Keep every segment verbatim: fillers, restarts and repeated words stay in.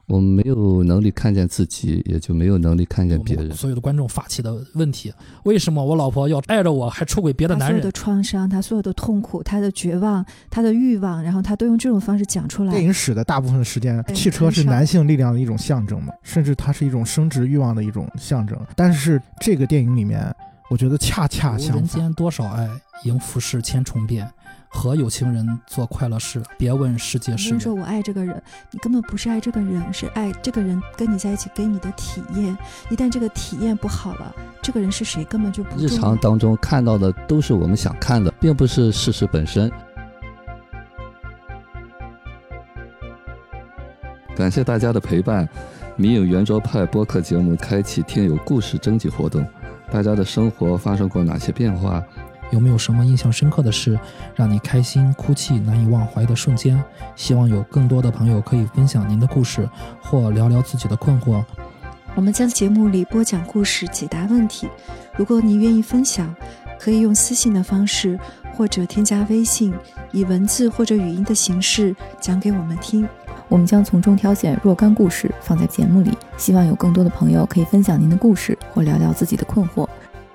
我们没有能力看见自己，也就没有能力看见别人。 所有的观众发起的问题，为什么我老婆要爱着我还出轨别的男人？ 他所有的创伤，他所有的痛苦，他的绝望，他的欲望，然后他都用这种方式讲出来。 电影史的大部分时间，汽车是男性力量的一种象征嘛，甚至它是一种生殖欲望的一种象征。但是这个电影里面，我觉得恰恰相反。 人间多少爱，应浮世千重变。和有情人做快乐事，别问世界事。 你说我爱这个人，你根本不是爱这个人，是爱这个人跟你在一起给你的体验。一旦这个体验不好了，这个人是谁根本就不重要。 日常当中看到的都是我们想看的，并不是事实本身。感谢大家的陪伴，迷影圆桌派播客节目开启听友故事征集活动。大家的生活发生过哪些变化？ 有没有什么印象深刻的事，让你开心、哭泣、难以忘怀的瞬间？希望有更多的朋友可以分享您的故事，或聊聊自己的困惑。 我们将节目里播讲故事，解答问题。如果你愿意分享，可以用私信的方式，或者添加微信，以文字或者语音的形式讲给我们听。 我们将从中挑选若干故事放在节目里，希望有更多的朋友可以分享您的故事，或聊聊自己的困惑。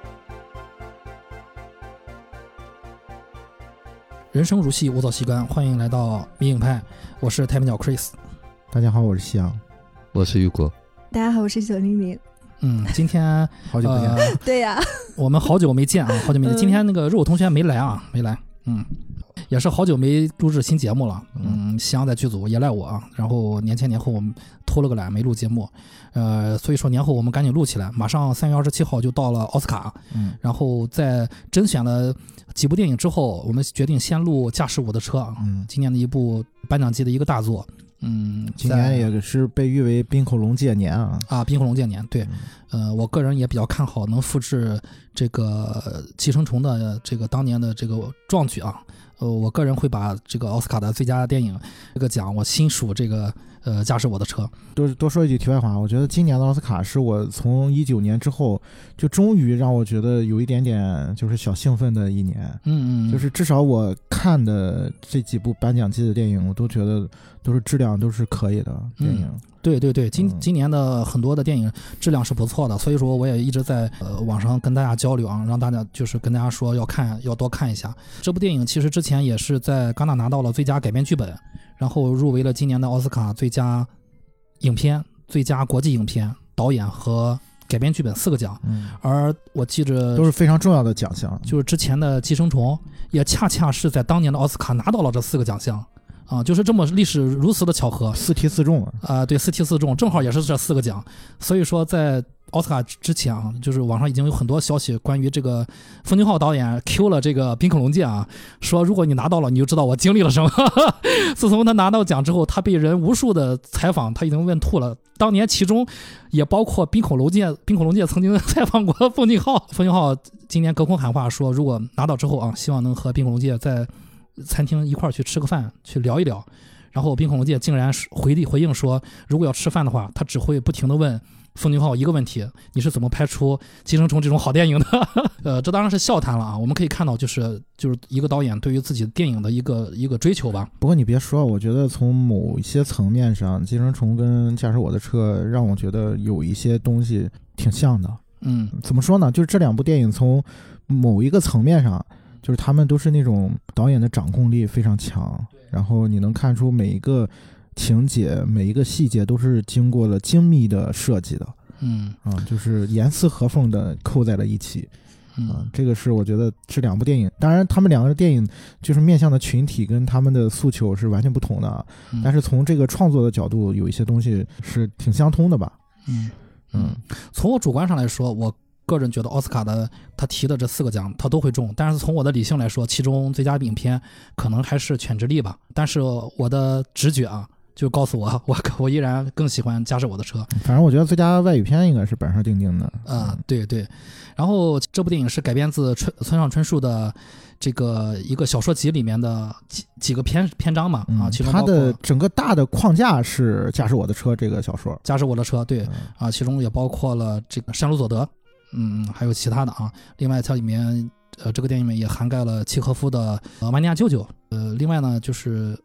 人生如戏，无早习惯，欢迎来到迷影派，我是太平角 Chris。 大家好，我是夕阳。 我是雨果。 大家好，我是九零零。 嗯，今天好久不见、 呃、 对呀， 我们好久没见啊，好久没见、嗯、今天那个肉同学没来啊，没来。嗯，也是好久没录制新节目了。嗯，夕阳在剧组也赖我啊，然后年前年后我们偷了个懒没录节目，呃，所以说年后我们赶紧录起来，马上三月二十七号就到了奥斯卡。嗯，然后在甄选了几部电影之后，我们决定先录《驾驶我的车》。嗯，今年的一部颁奖季的一个大作。嗯， 今年也是被誉为冰恐龙界年啊啊，冰恐龙界年，对，嗯、呃，我个人也比较看好能复制这个寄生虫的这个当年的这个壮举啊。呃，我个人会把这个奥斯卡的最佳电影这个奖，我新属这个呃驾驶我的车。 多多说一句题外话，我觉得今年的奥斯卡是我从一九年之后就终于让我觉得有一点点就是小兴奋的一年。 嗯嗯， 就是至少我看的这几部颁奖季的电影，我都觉得都是质量都是可以的电影。 嗯，对对对，今今年的很多的电影质量是不错的，所以说我也一直在呃网上跟大家交流啊，让大家就是跟大家说要看要多看一下这部电影。其实之前也是在戛纳拿到了最佳改编剧本，然后入围了今年的奥斯卡最佳影片、最佳国际影片、导演和改编剧本四个奖。嗯，而我记着都是非常重要的奖项， 就是之前的《寄生虫》也恰恰是在当年的奥斯卡拿到了这四个奖项。啊，就是这么历史如此的巧合， 四题四中啊！ 呃，对，四题四中，正好也是这四个奖。所以说，在奥斯卡之前啊，就是网上已经有很多消息关于这个奉俊昊导演 Q 了这个《冰恐龙界》啊，说如果你拿到了，你就知道我经历了什么。自从他拿到奖之后，他被人无数的采访，他已经问吐了。当年其中也包括《冰恐龙界》，《冰恐龙界》曾经采访过奉俊昊，奉俊昊今年隔空喊话说，如果拿到之后啊，希望能和《冰恐龙界》在餐厅一块去吃个饭，去聊一聊。然后冰恐龙界竟然回回应说，如果要吃饭的话，他只会不停地问奉俊昊一个问题：你是怎么拍出《寄生虫》这种好电影的？呃，这当然是笑谈了啊。我们可以看到，就是就是一个导演对于自己电影的一个一个追求吧。 不过你别说，我觉得从某一些层面上，《寄生虫》跟《驾驶我的车》让我觉得有一些东西挺像的。 嗯， 怎么说呢？就是这两部电影从某一个层面上，就是他们都是那种导演的掌控力非常强，然后你能看出每一个情节每一个细节都是经过了精密的设计的。 嗯啊，就是严丝合缝的扣在了一起。啊，这个是我觉得这两部电影，当然他们两个电影就是面向的群体跟他们的诉求是完全不同的，嗯、但是从这个创作的角度有一些东西是挺相通的吧。 嗯嗯，从我主观上来说，我个人觉得奥斯卡的他提的这四个奖他都会中，但是从我的理性来说，其中最佳影片可能还是《犬之力》吧，但是我的直觉啊就告诉我，我我依然更喜欢《驾驶我的车》。 反正我觉得最佳外语片应该是板上钉钉的。 啊、呃，对对。然后这部电影是改编自村村上春树的这个一个小说集里面的几几个篇篇章嘛，啊，其中它的整个大的框架是《驾驶我的车》这个小说。 驾驶我的车，对，啊，其中也包括了这个山鲁佐德，嗯，还有其他的啊。另外它里面呃这个电影里面也涵盖了契诃夫的呃《曼尼亚舅舅》，呃，另外呢就是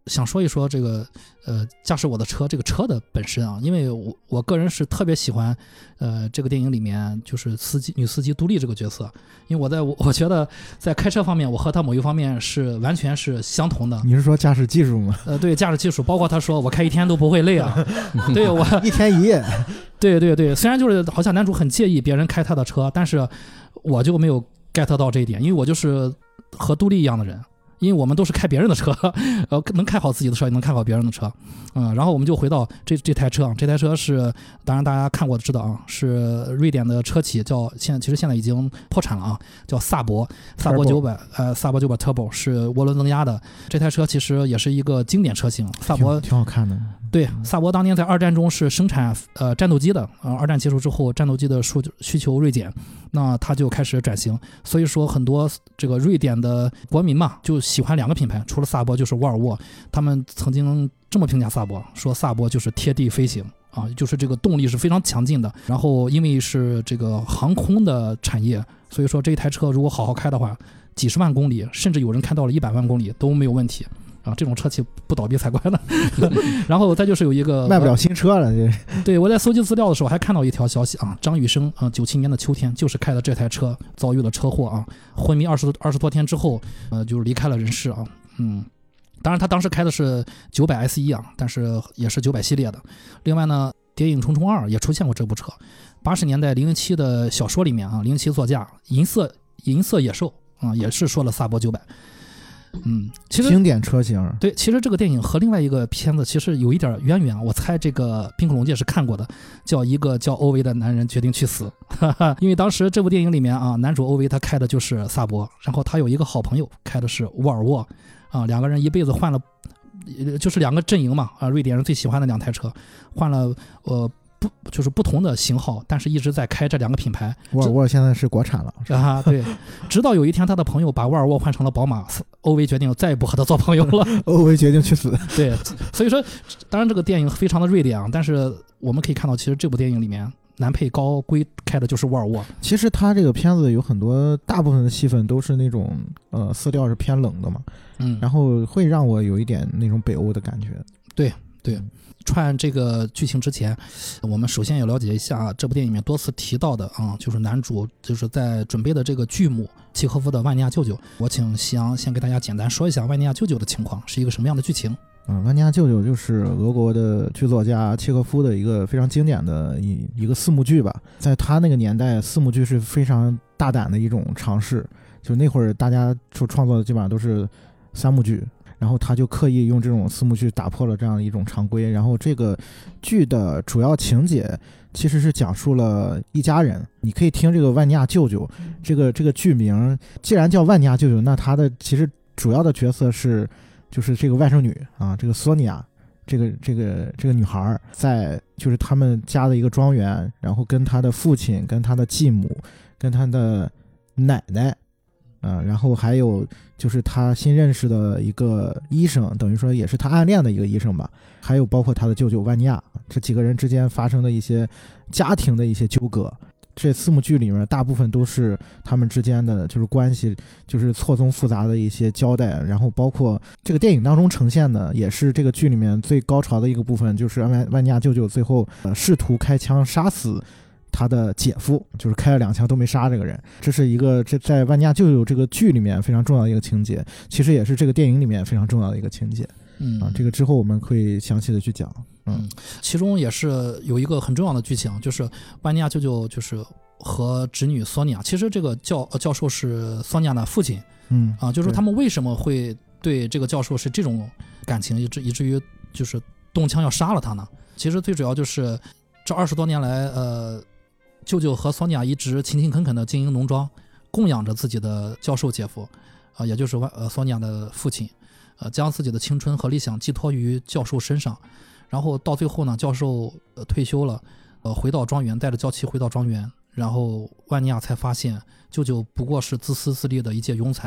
想说一说这个呃驾驶我的车这个车的本身啊，因为我我个人是特别喜欢呃这个电影里面就是司机女司机杜丽这个角色，因为我在我我觉得在开车方面我和她某一方面是完全是相同的。 你是说驾驶技术吗？ 呃，对，驾驶技术，包括她说我开一天都不会累啊，对我一天一夜， 对对对，虽然就是好像男主很介意别人开他的车，但是我就没有 get 到这一点，因为我就是和杜丽一样的人。因为我们都是开别人的车，呃，能开好自己的车，也能开好别人的车，嗯，然后我们就回到这这台车，这台车是，当然大家看过知道啊，是瑞典的车企，叫现在其实现在已经破产了啊，叫萨博，萨博九百，呃，萨博九百 Turbo 是涡轮增压的，这台车其实也是一个经典车型，萨博挺好看的。 对，萨博当年在二战中是生产呃战斗机的，呃，二战结束之后，战斗机的数需求锐减，那他就开始转型，所以说很多这个瑞典的国民嘛，就喜欢两个品牌，除了萨博就是沃尔沃，他们曾经这么评价萨博，说萨博就是贴地飞行啊，就是这个动力是非常强劲的，然后因为是这个航空的产业，所以说这一台车如果好好开的话，几十万公里，甚至有人开到了一百万公里都没有问题。啊，这种车企不倒闭才怪呢。然后再就是有一个卖不了新车了。 对，我在搜集资料的时候还看到一条消息啊，张雨生啊，九七年的秋天就是开的这台车遭遇了车祸啊，昏迷二十二十多天之后，呃，就离开了人世啊。嗯，当然他当时开的是九百 S 一 啊，但是也是九百系列的。另外呢，谍影重重二也出现过这部车。八十年代零零七的小说里面啊，零零七作家银色银色野兽啊，也是说了萨博九百。嗯，其实经典车型。 对，其实这个电影和另外一个片子其实有一点渊源，我猜这个冰口龙介是看过的，叫一个叫欧维的男人决定去死。因为当时这部电影里面啊，男主欧维他开的就是萨博，然后他有一个好朋友开的是沃尔沃啊，两个人一辈子换了，就是两个阵营嘛啊，瑞典人最喜欢的两台车，换了呃。不就是不同的型号，但是一直在开这两个品牌。 沃尔沃现在是国产了啊，对。直到有一天，他的朋友把沃尔沃换成了宝马，欧维决定再也不和他做朋友了。 欧维决定去死。 对，所以说，当然这个电影非常的瑞典啊，但是我们可以看到，其实这部电影里面男配高圭开的就是沃尔沃。 其实他这个片子有很多大部分的戏份都是那种呃色调是偏冷的嘛，嗯，然后会让我有一点那种北欧的感觉。 对对。串这个剧情之前，我们首先要了解一下这部电影里面多次提到的啊，就是男主就是在准备的这个剧目契诃夫的万尼亚舅舅。我请夕阳先给大家简单说一下万尼亚舅舅的情况是一个什么样的剧情。 嗯，万尼亚舅舅就是俄国的剧作家契诃夫的一个非常经典的一一个四幕剧吧。在他那个年代，四幕剧是非常大胆的一种尝试，就那会儿大家创作的基本上都是三幕剧。然后他就刻意用这种四幕剧打破了这样一种常规，然后这个剧的主要情节其实是讲述了一家人。你可以听这个万尼亚舅舅这个这个剧名，既然叫万尼亚舅舅，那他的其实主要的角色是就是这个外甥女啊，这个索尼娅，这个这个这个女孩在就是他们家的一个庄园，然后跟他的父亲、跟他的继母、跟他的奶奶。嗯，然后还有就是他新认识的一个医生，等于说也是他暗恋的一个医生吧，还有包括他的舅舅万尼亚，这几个人之间发生的一些家庭的一些纠葛。这四幕剧里面大部分都是他们之间的就是关系，就是错综复杂的一些交代，然后包括这个电影当中呈现的也是这个剧里面最高潮的一个部分，就是万万尼亚舅舅最后、呃、试图开枪杀死他的姐夫，就是开了两枪都没杀这个人。这是一个这在万尼亚舅舅这个剧里面非常重要的一个情节，其实也是这个电影里面非常重要的一个情节。嗯啊，这个之后我们会详细的去讲。嗯， 其中也是有一个很重要的剧情，就是万尼亚舅舅就是和侄女索尼娅，其实这个教教授是索尼娅的父亲。嗯啊，就是他们为什么会对这个教授是这种感情，以至以至于就是动枪要杀了他呢？其实最主要就是这二十多年来，呃。舅舅和索尼娅一直勤勤恳恳地经营农庄，供养着自己的教授姐夫，啊、呃，也就是呃索尼娅的父亲，呃，将自己的青春和理想寄托于教授身上，然后到最后呢，教授、呃、退休了，呃，回到庄园，带着娇妻回到庄园，然后万尼亚才发现舅舅不过是自私自利的一介庸才，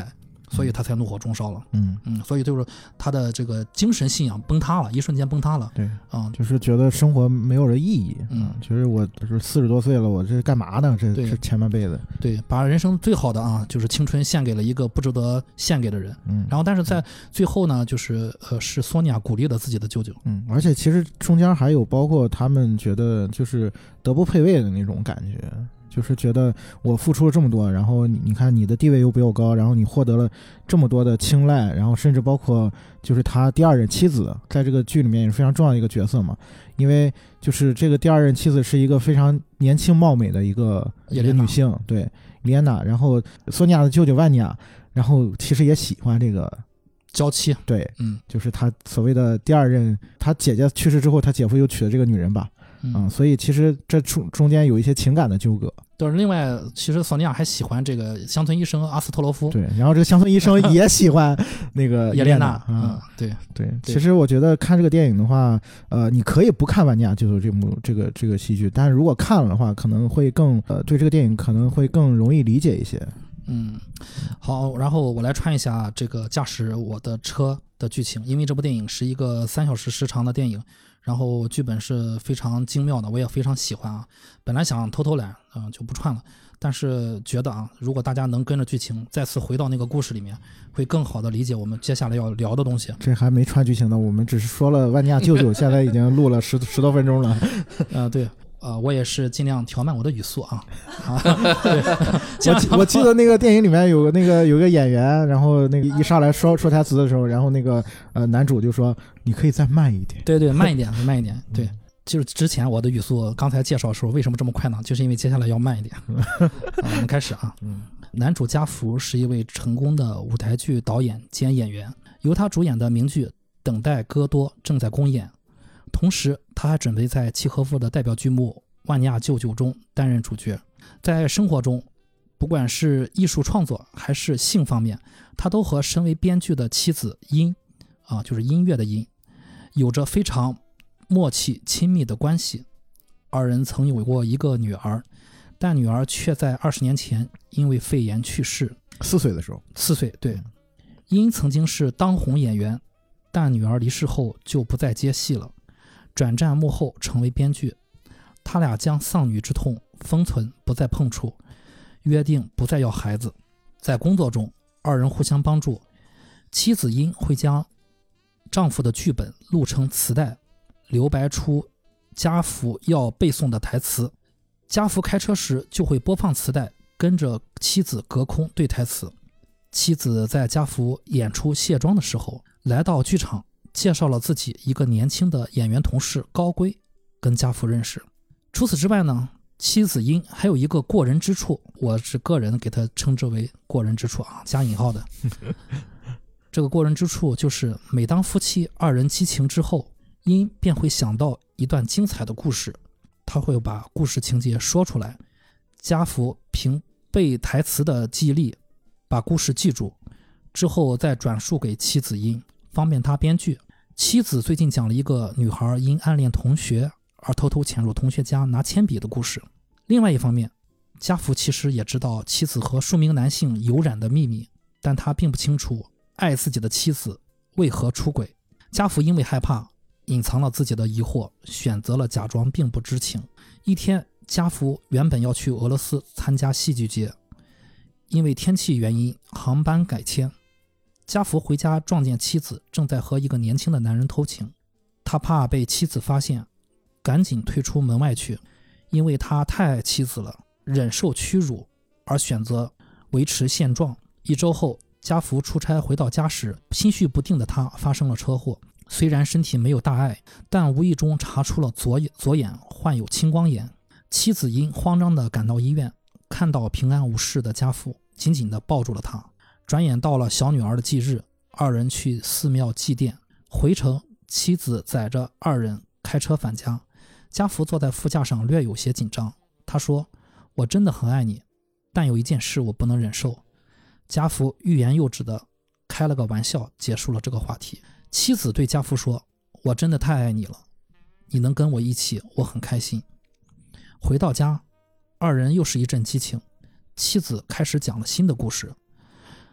所以他才怒火中烧了。 嗯嗯，所以就是他的这个精神信仰崩塌了，一瞬间崩塌了。 对， 嗯， 就是觉得生活没有了意义。 嗯， 其实我就是四十多岁了，我这干嘛呢？这是前半辈子。 对，把人生最好的啊，就是青春献给了一个不值得献给的人。 嗯， 然后但是在最后呢，就是呃，是索尼娅鼓励了自己的舅舅。 嗯，而且其实中间还有包括他们觉得就是德不配位的那种感觉。就是觉得我付出了这么多，然后你看你的地位又比我高，然后你获得了这么多的青睐，然后甚至包括就是他第二任妻子，在这个剧里面也是非常重要的一个角色嘛，因为就是这个第二任妻子是一个非常年轻貌美的一个一个女性，对，丽安娜，然后索尼娅的舅舅万尼亚，然后其实也喜欢这个娇妻， 对， 嗯， 就是他所谓的第二任，他姐姐去世之后，他姐夫又娶了这个女人吧。嗯, 嗯，所以其实这中中间有一些情感的纠葛。 对，另外，其实索尼娅还喜欢这个乡村医生阿斯特罗夫。 对，然后这个乡村医生也喜欢那个叶莲娜。 啊、 嗯，对对。其实我觉得看这个电影的话，呃，你可以不看万尼亚舅舅这部这个这个戏剧，但是如果看了的话，可能会更呃对这个电影可能会更容易理解一些。 嗯，好，然后我来串一下这个驾驶我的车的剧情，因为这部电影是一个三小时时长的电影。然后剧本是非常精妙的，我也非常喜欢啊。本来想偷偷懒，嗯、呃，就不串了。但是觉得啊，如果大家能跟着剧情再次回到那个故事里面，会更好的理解我们接下来要聊的东西。 这还没串剧情呢，我们只是说了万尼亚舅舅，现在已经录了十十多分钟了。 呃，对。呃，我也是尽量调慢我的语速啊。啊，对， 我我记得那个电影里面有个那个有个演员，然后那个一上来说说台词的时候，然后那个呃男主就说：“你可以再慢一点。” 对对，慢一点，慢一点。对，就是之前我的语速刚才介绍的时候为什么这么快呢？就是因为接下来要慢一点。啊，我们开始啊。嗯。男主加福是一位成功的舞台剧导演兼演员，由他主演的名剧《等待戈多》正在公演。同时他还准备在契诃夫的代表剧目《万尼亚舅舅》中担任主角。在生活中，不管是艺术创作还是性方面，他都和身为编剧的妻子音啊，就是音乐的音，有着非常默契亲密的关系。二人曾有过一个女儿，但女儿却在二十年前因为肺炎去世。 四岁的时候。 四岁，对。音曾经是当红演员，但女儿离世后就不再接戏了，转战幕后成为编剧。他俩将丧女之痛封存，不再碰触，约定不再要孩子。在工作中，二人互相帮助。妻子因会将丈夫的剧本录成磁带，留白出家福要背诵的台词。家福开车时就会播放磁带，跟着妻子隔空对台词。妻子在家福演出卸妆的时候，来到剧场，介绍了自己一个年轻的演员同事高圭，跟家福认识。除此之外呢，妻子因还有一个过人之处，我是个人给他称之为过人之处啊，加引号的。这个过人之处就是每当夫妻二人激情之后，因便会想到一段精彩的故事，他会把故事情节说出来，家福凭背台词的记忆力把故事记住，之后再转述给妻子因，方便他编剧。妻子最近讲了一个女孩因暗恋同学而偷偷潜入同学家拿铅笔的故事。另外一方面，家福其实也知道妻子和数名男性有染的秘密，但他并不清楚爱自己的妻子为何出轨。家福因为害怕，隐藏了自己的疑惑，选择了假装并不知情。一天，家福原本要去俄罗斯参加戏剧节，因为天气原因，航班改签。家福回家撞见妻子正在和一个年轻的男人偷情，他怕被妻子发现，赶紧退出门外去，因为他太爱妻子了，忍受屈辱而选择维持现状。一周后，家福出差回到家时，心绪不定的他发生了车祸。虽然身体没有大碍，但无意中查出了左眼左眼患有青光眼。妻子因慌张地赶到医院，看到平安无事的家福，紧紧地抱住了他。转眼到了小女儿的忌日，二人去寺庙祭奠。回程，妻子载着二人开车返家，家福坐在副驾上略有些紧张。他说：“我真的很爱你，但有一件事我不能忍受。”家福欲言又止的开了个玩笑，结束了这个话题。妻子对家福说：“我真的太爱你了，你能跟我一起，我很开心。”回到家，二人又是一阵激情。妻子开始讲了新的故事。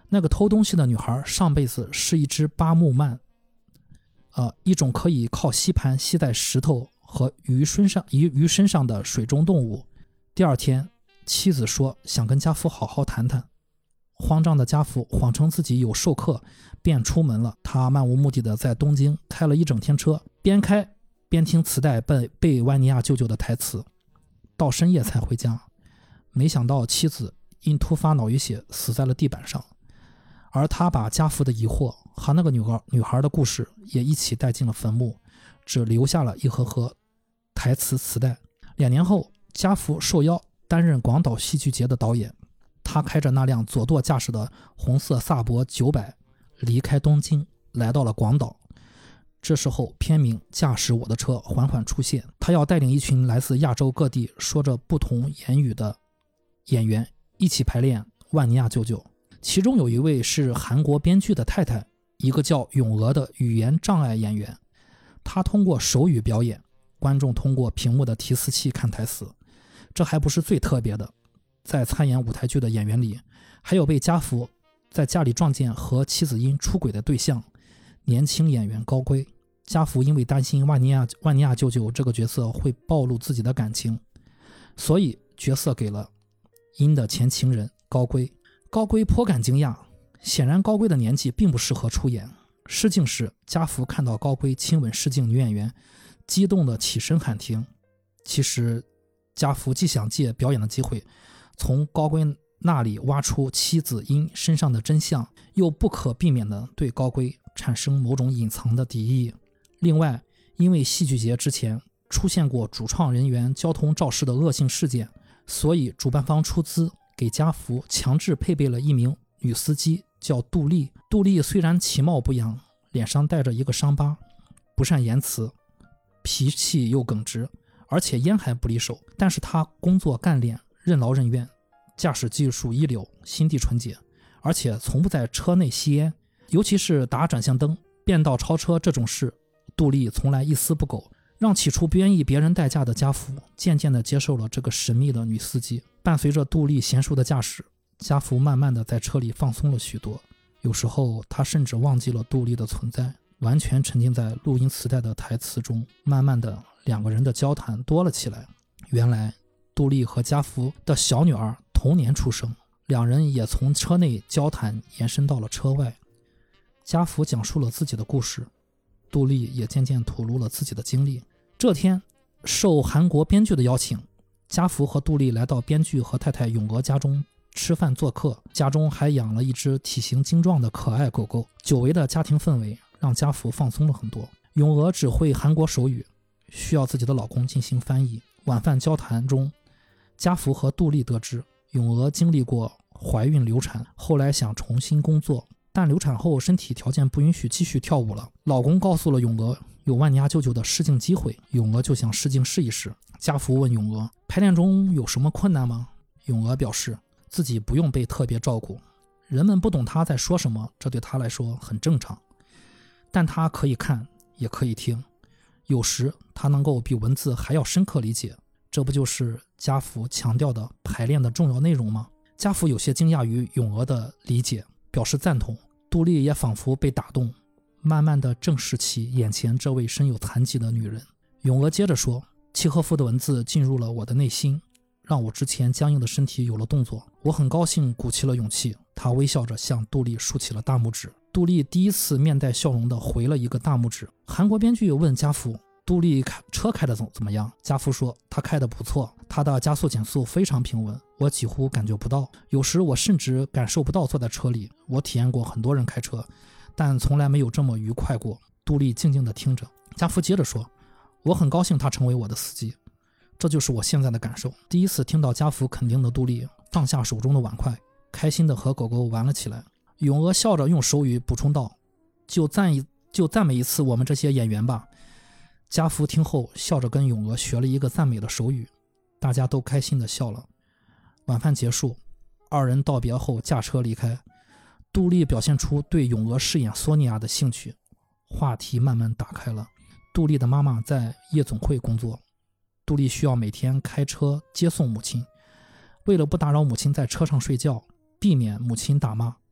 那个偷东西的女孩上辈子是一只巴木曼，呃，一种可以靠吸盘吸在石头和鱼身上鱼鱼身上的水中动物。第二天，妻子说想跟家父好好谈谈。慌张的家父谎称自己有授课，便出门了。他漫无目的的在东京开了一整天车，边开边听磁带背背万尼亚舅舅的台词，到深夜才回家。没想到妻子因突发脑淤血死在了地板上，而他把家父的疑惑和那个女孩女孩的故事也一起带进了坟墓，只留下了一盒盒台词磁带。两年后，家父受邀担任广岛戏剧节的导演，他开着那辆左舵驾驶的红色萨博九百离开东京，来到了广岛。这时候片名《驾驶我的车》缓缓出现，他要带领一群来自亚洲各地说着不同言语的演员一起排练万尼亚舅舅。其中有一位是韩国编剧的太太，一个叫永娥的语言障碍演员。他通过手语表演，观众通过屏幕的提词器看台词。这还不是最特别的，在参演舞台剧的演员里，还有被家父在家里撞见和妻子因出轨的对象，年轻演员高圭。家父因为担心万尼亚万尼亚舅舅这个角色会暴露自己的感情，所以角色给了殷的前情人高圭。高圭颇感惊讶，显然高圭的年纪并不适合出演。试镜时，家父看到高圭亲吻试镜女演员，激动地起身喊停。其实家父既想借表演的机会从高圭那里挖出妻子殷身上的真相，又不可避免地对高圭产生某种隐藏的敌意。另外，因为戏剧节之前出现过主创人员交通肇事的恶性事件，所以主办方出资给家父强制配备了一名女司机，叫杜丽。杜丽虽然其貌不扬，脸上带着一个伤疤，不善言辞，脾气又耿直，而且烟还不离手，但是她工作干练，任劳任怨，驾驶技术一流，心地纯洁，而且从不在车内吸烟，尤其是打转向灯、变道超车这种事，杜丽从来一丝不苟，让起初不愿意别人代驾的家父渐渐地接受了这个神秘的女司机。伴随着杜丽娴熟的驾驶，家父慢慢地在车里放松了许多，有时候他甚至忘记了杜丽的存在，完全沉浸在录音磁带的台词中。慢慢的，两个人的交谈多了起来。原来杜丽和家父的小女儿同年出生，两人也从车内交谈延伸到了车外。家父讲述了自己的故事，杜丽也渐渐吐露了自己的经历。这天，受韩国编剧的邀请，家父和杜丽来到编剧和太太永娥家中吃饭做客，家中还养了一只体型精壮的可爱狗狗。久违的家庭氛围让家父放松了很多。永娥只会韩国手语，需要自己的老公进行翻译。晚饭交谈中，家父和杜丽得知永娥经历过怀孕流产，后来想重新工作，但流产后身体条件不允许继续跳舞了。老公告诉了永娥有万尼亚舅舅的试镜机会，永娥就想试镜试一试。家父问永娥排练中有什么困难吗？永娥表示自己不用被特别照顾，人们不懂她在说什么，这对她来说很正常，但她可以看也可以听，有时她能够比文字还要深刻理解，这不就是家父强调的排练的重要内容吗？家父有些惊讶于永娥的理解，表示赞同。杜丽也仿佛被打动，慢慢地正视起眼前这位身有残疾的女人。永娥接着说，契诃夫的文字进入了我的内心，让我之前僵硬的身体有了动作，我很高兴鼓起了勇气。他微笑着向杜丽竖起了大拇指，杜丽第一次面带笑容地回了一个大拇指。韩国编剧问家父，杜丽开车开得怎怎么样？家父说，他开得不错，他的加速减速非常平稳，我几乎感觉不到，有时我甚至感受不到坐在车里。我体验过很多人开车，但从来没有这么愉快过。杜丽静静地听着。家父接着说，我很高兴他成为我的司机，这就是我现在的感受。第一次听到家父肯定的杜丽放下手中的碗筷，开心地和狗狗玩了起来。永娥笑着用手语补充道，就赞一就赞美一次我们这些演员吧。家父听后笑着跟永娥学了一个赞美的手语，大家都开心地笑了。晚饭结束，二人道别后驾车离开。杜丽表现出对永娥饰演索尼娅的兴趣，话题慢慢打开了。杜丽的妈妈在夜总会工作，杜丽需要每天开车接送母亲，为了不打扰母亲在车上睡觉，避免母亲打骂，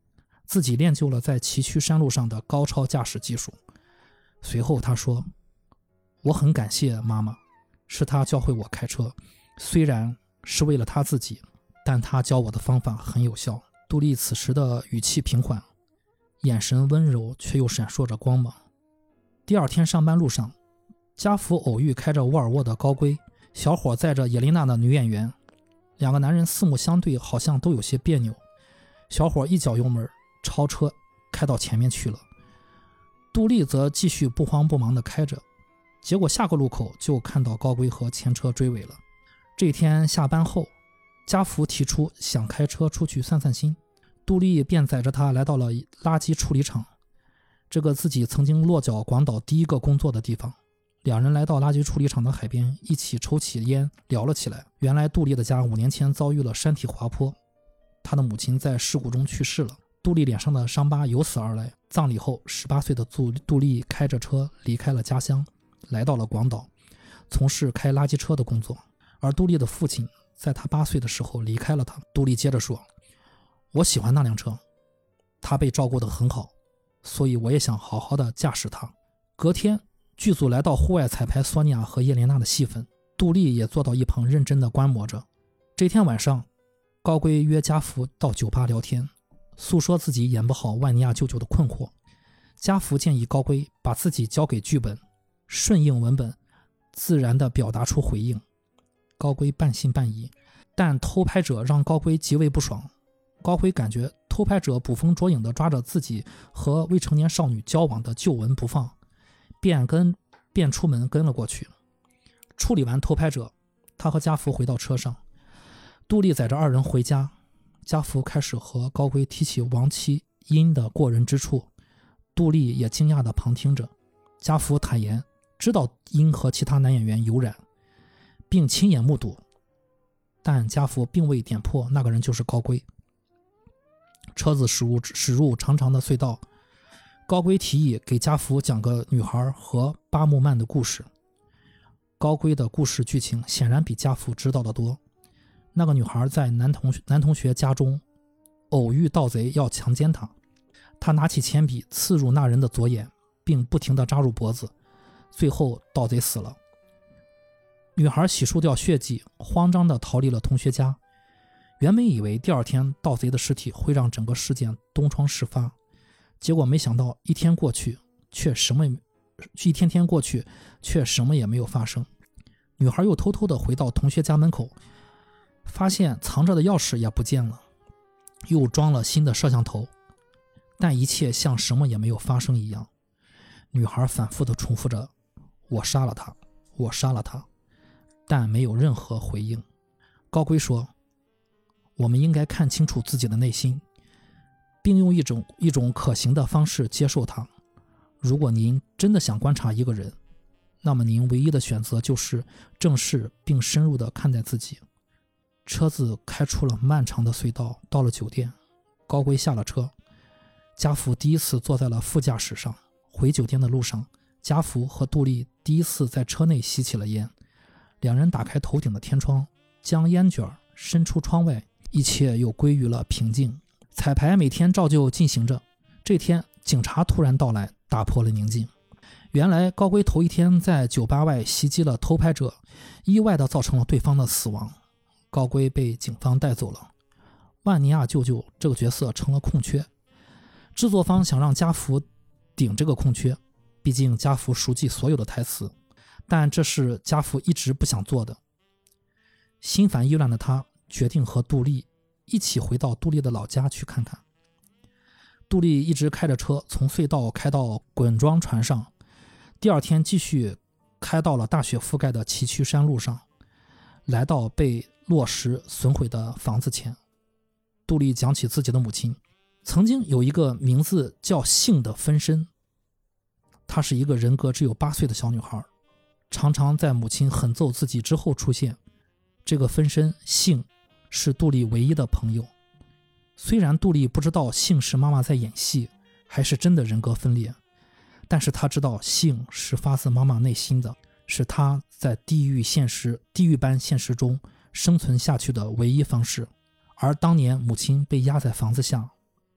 自己练就了在崎岖山路上的高超驾驶技术。随后他说，我很感谢妈妈，是她教会我开车，虽然是为了她自己，但她教我的方法很有效。杜丽此时的语气平缓，眼神温柔，却又闪烁着光芒。第二天上班路上，家福偶遇开着沃尔沃的高龟，小伙载着叶琳娜的女演员，两个男人四目相对，好像都有些别扭。小伙一脚油门超车开到前面去了，杜丽则继续不慌不忙地开着，结果下个路口就看到高龟和前车追尾了。这天下班后，家福提出想开车出去散散心，杜丽便载着他来到了垃圾处理厂，这个自己曾经落脚广岛第一个工作的地方。两人来到垃圾处理厂的海边，一起抽起烟聊了起来。原来杜丽的家五年前遭遇了山体滑坡，他的母亲在事故中去世了，杜丽脸上的伤疤由此而来。葬礼后，十八岁的杜丽开着车离开了家乡，来到了广岛，从事开垃圾车的工作。而杜丽的父亲在他八岁的时候离开了他。杜丽接着说，我喜欢那辆车，他被照顾得很好，所以我也想好好的驾驶它。隔天，剧组来到户外彩排索尼娅和叶莲娜的戏份，杜丽也坐到一旁认真的观摩着。这天晚上，高龟约家福到酒吧聊天，诉说自己演不好万尼亚舅舅的困惑。家福建议高龟把自己交给剧本，顺应文本，自然地表达出回应。高龟半信半疑，但偷拍者让高龟极为不爽。高龟感觉偷拍者捕风捉影地抓着自己和未成年少女交往的旧闻不放，便跟便出门跟了过去。处理完偷拍者，他和家福回到车上，杜丽载着二人回家。家福开始和高龟提起亡妻殷的过人之处，杜丽也惊讶地旁听着。家福坦言知道殷和其他男演员有染，并亲眼目睹，但家福并未点破那个人就是高龟。车子驶入驶入长长的隧道，高龟提议给家福讲个女孩和八木曼的故事。高龟的故事剧情显然比家福知道的多。那个女孩在男同学男同学家中偶遇盗贼要强奸她，她拿起铅笔刺入那人的左眼，并不停地扎入脖子，最后盗贼死了。女孩洗漱掉血迹，慌张地逃离了同学家。原本以为第二天盗贼的尸体会让整个事件东窗事发，结果没想到一天过去，却什么一天天过去，却什么也没有发生。女孩又偷偷地回到同学家门口，发现藏着的钥匙也不见了，又装了新的摄像头，但一切像什么也没有发生一样。女孩反复地重复着，我杀了他，我杀了他，但没有任何回应。高龟说，我们应该看清楚自己的内心，并用一种一种可行的方式接受它。如果您真的想观察一个人，那么您唯一的选择就是正视并深入地看待自己。车子开出了漫长的隧道，到了酒店，高龟下了车，家福第一次坐在了副驾驶上。回酒店的路上，家福和杜丽第一次在车内吸起了烟，两人打开头顶的天窗，将烟卷伸出窗外，一切又归于了平静。彩排每天照旧进行着，这天警察突然到来，打破了宁静。原来高龟头一天在酒吧外袭击了偷拍者，意外地造成了对方的死亡。高龟被警方带走了，万尼亚舅舅这个角色成了空缺。制作方想让家福顶这个空缺，毕竟家福熟记所有的台词，但这是家福一直不想做的。心烦意乱的他决定和杜丽一起回到杜丽的老家去看看。杜丽一直开着车从隧道开到滚装船上，第二天继续开到了大雪覆盖的崎岖山路上，来到被落石损毁的房子前。杜丽讲起自己的母亲，曾经有一个名字叫幸的分身，她是一个人格只有八岁的小女孩，常常在母亲狠揍自己之后出现。这个分身幸是杜丽唯一的朋友。虽然杜丽不知道幸是妈妈在演戏，还是真的人格分裂，但是她知道幸是发自妈妈内心的，是她在地狱现实、地狱般现实中生存下去的唯一方式。而当年母亲被压在房子下，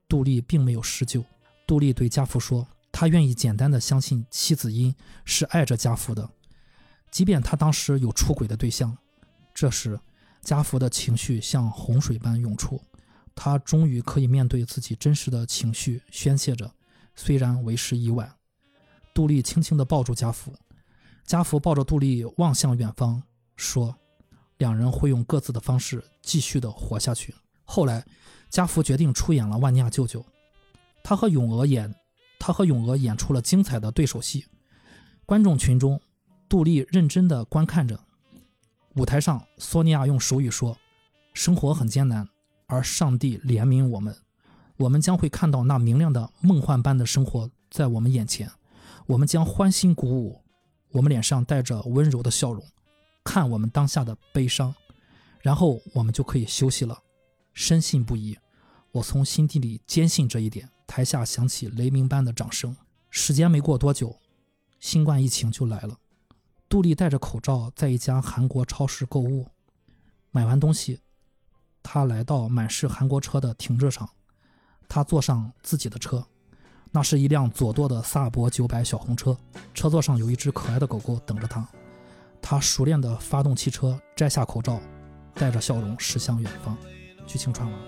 杜丽并没有施救。杜丽对家父说，他愿意简单的相信妻子因是爱着家父的，即便他当时有出轨的对象。这时家父的情绪像洪水般涌出，他终于可以面对自己真实的情绪宣泄着，虽然为时已晚。杜丽轻轻地抱住家父，家父抱着杜丽望向远方，说两人会用各自的方式继续的活下去。后来家父决定出演了万尼亚舅舅，他和咏娥演他和咏娥演出了精彩的对手戏。观众群中，杜丽认真地观看着。舞台上，索尼娅用手语说，生活很艰难，而上帝怜悯我们，我们将会看到那明亮的梦幻般的生活在我们眼前，我们将欢欣鼓舞，我们脸上带着温柔的笑容，看我们当下的悲伤，然后我们就可以休息了。深信不疑，我从心底里坚信这一点。台下响起雷鸣般的掌声。时间没过多久，新冠疫情就来了。杜丽戴着口罩在一家韩国超市购物，买完东西，他来到满是韩国车的停车场，他坐上自己的车，那是一辆左舵的萨博九百小红车，车座上有一只可爱的狗狗等着他。他熟练地发动汽车，摘下口罩，带着笑容驶向远方。剧情传完。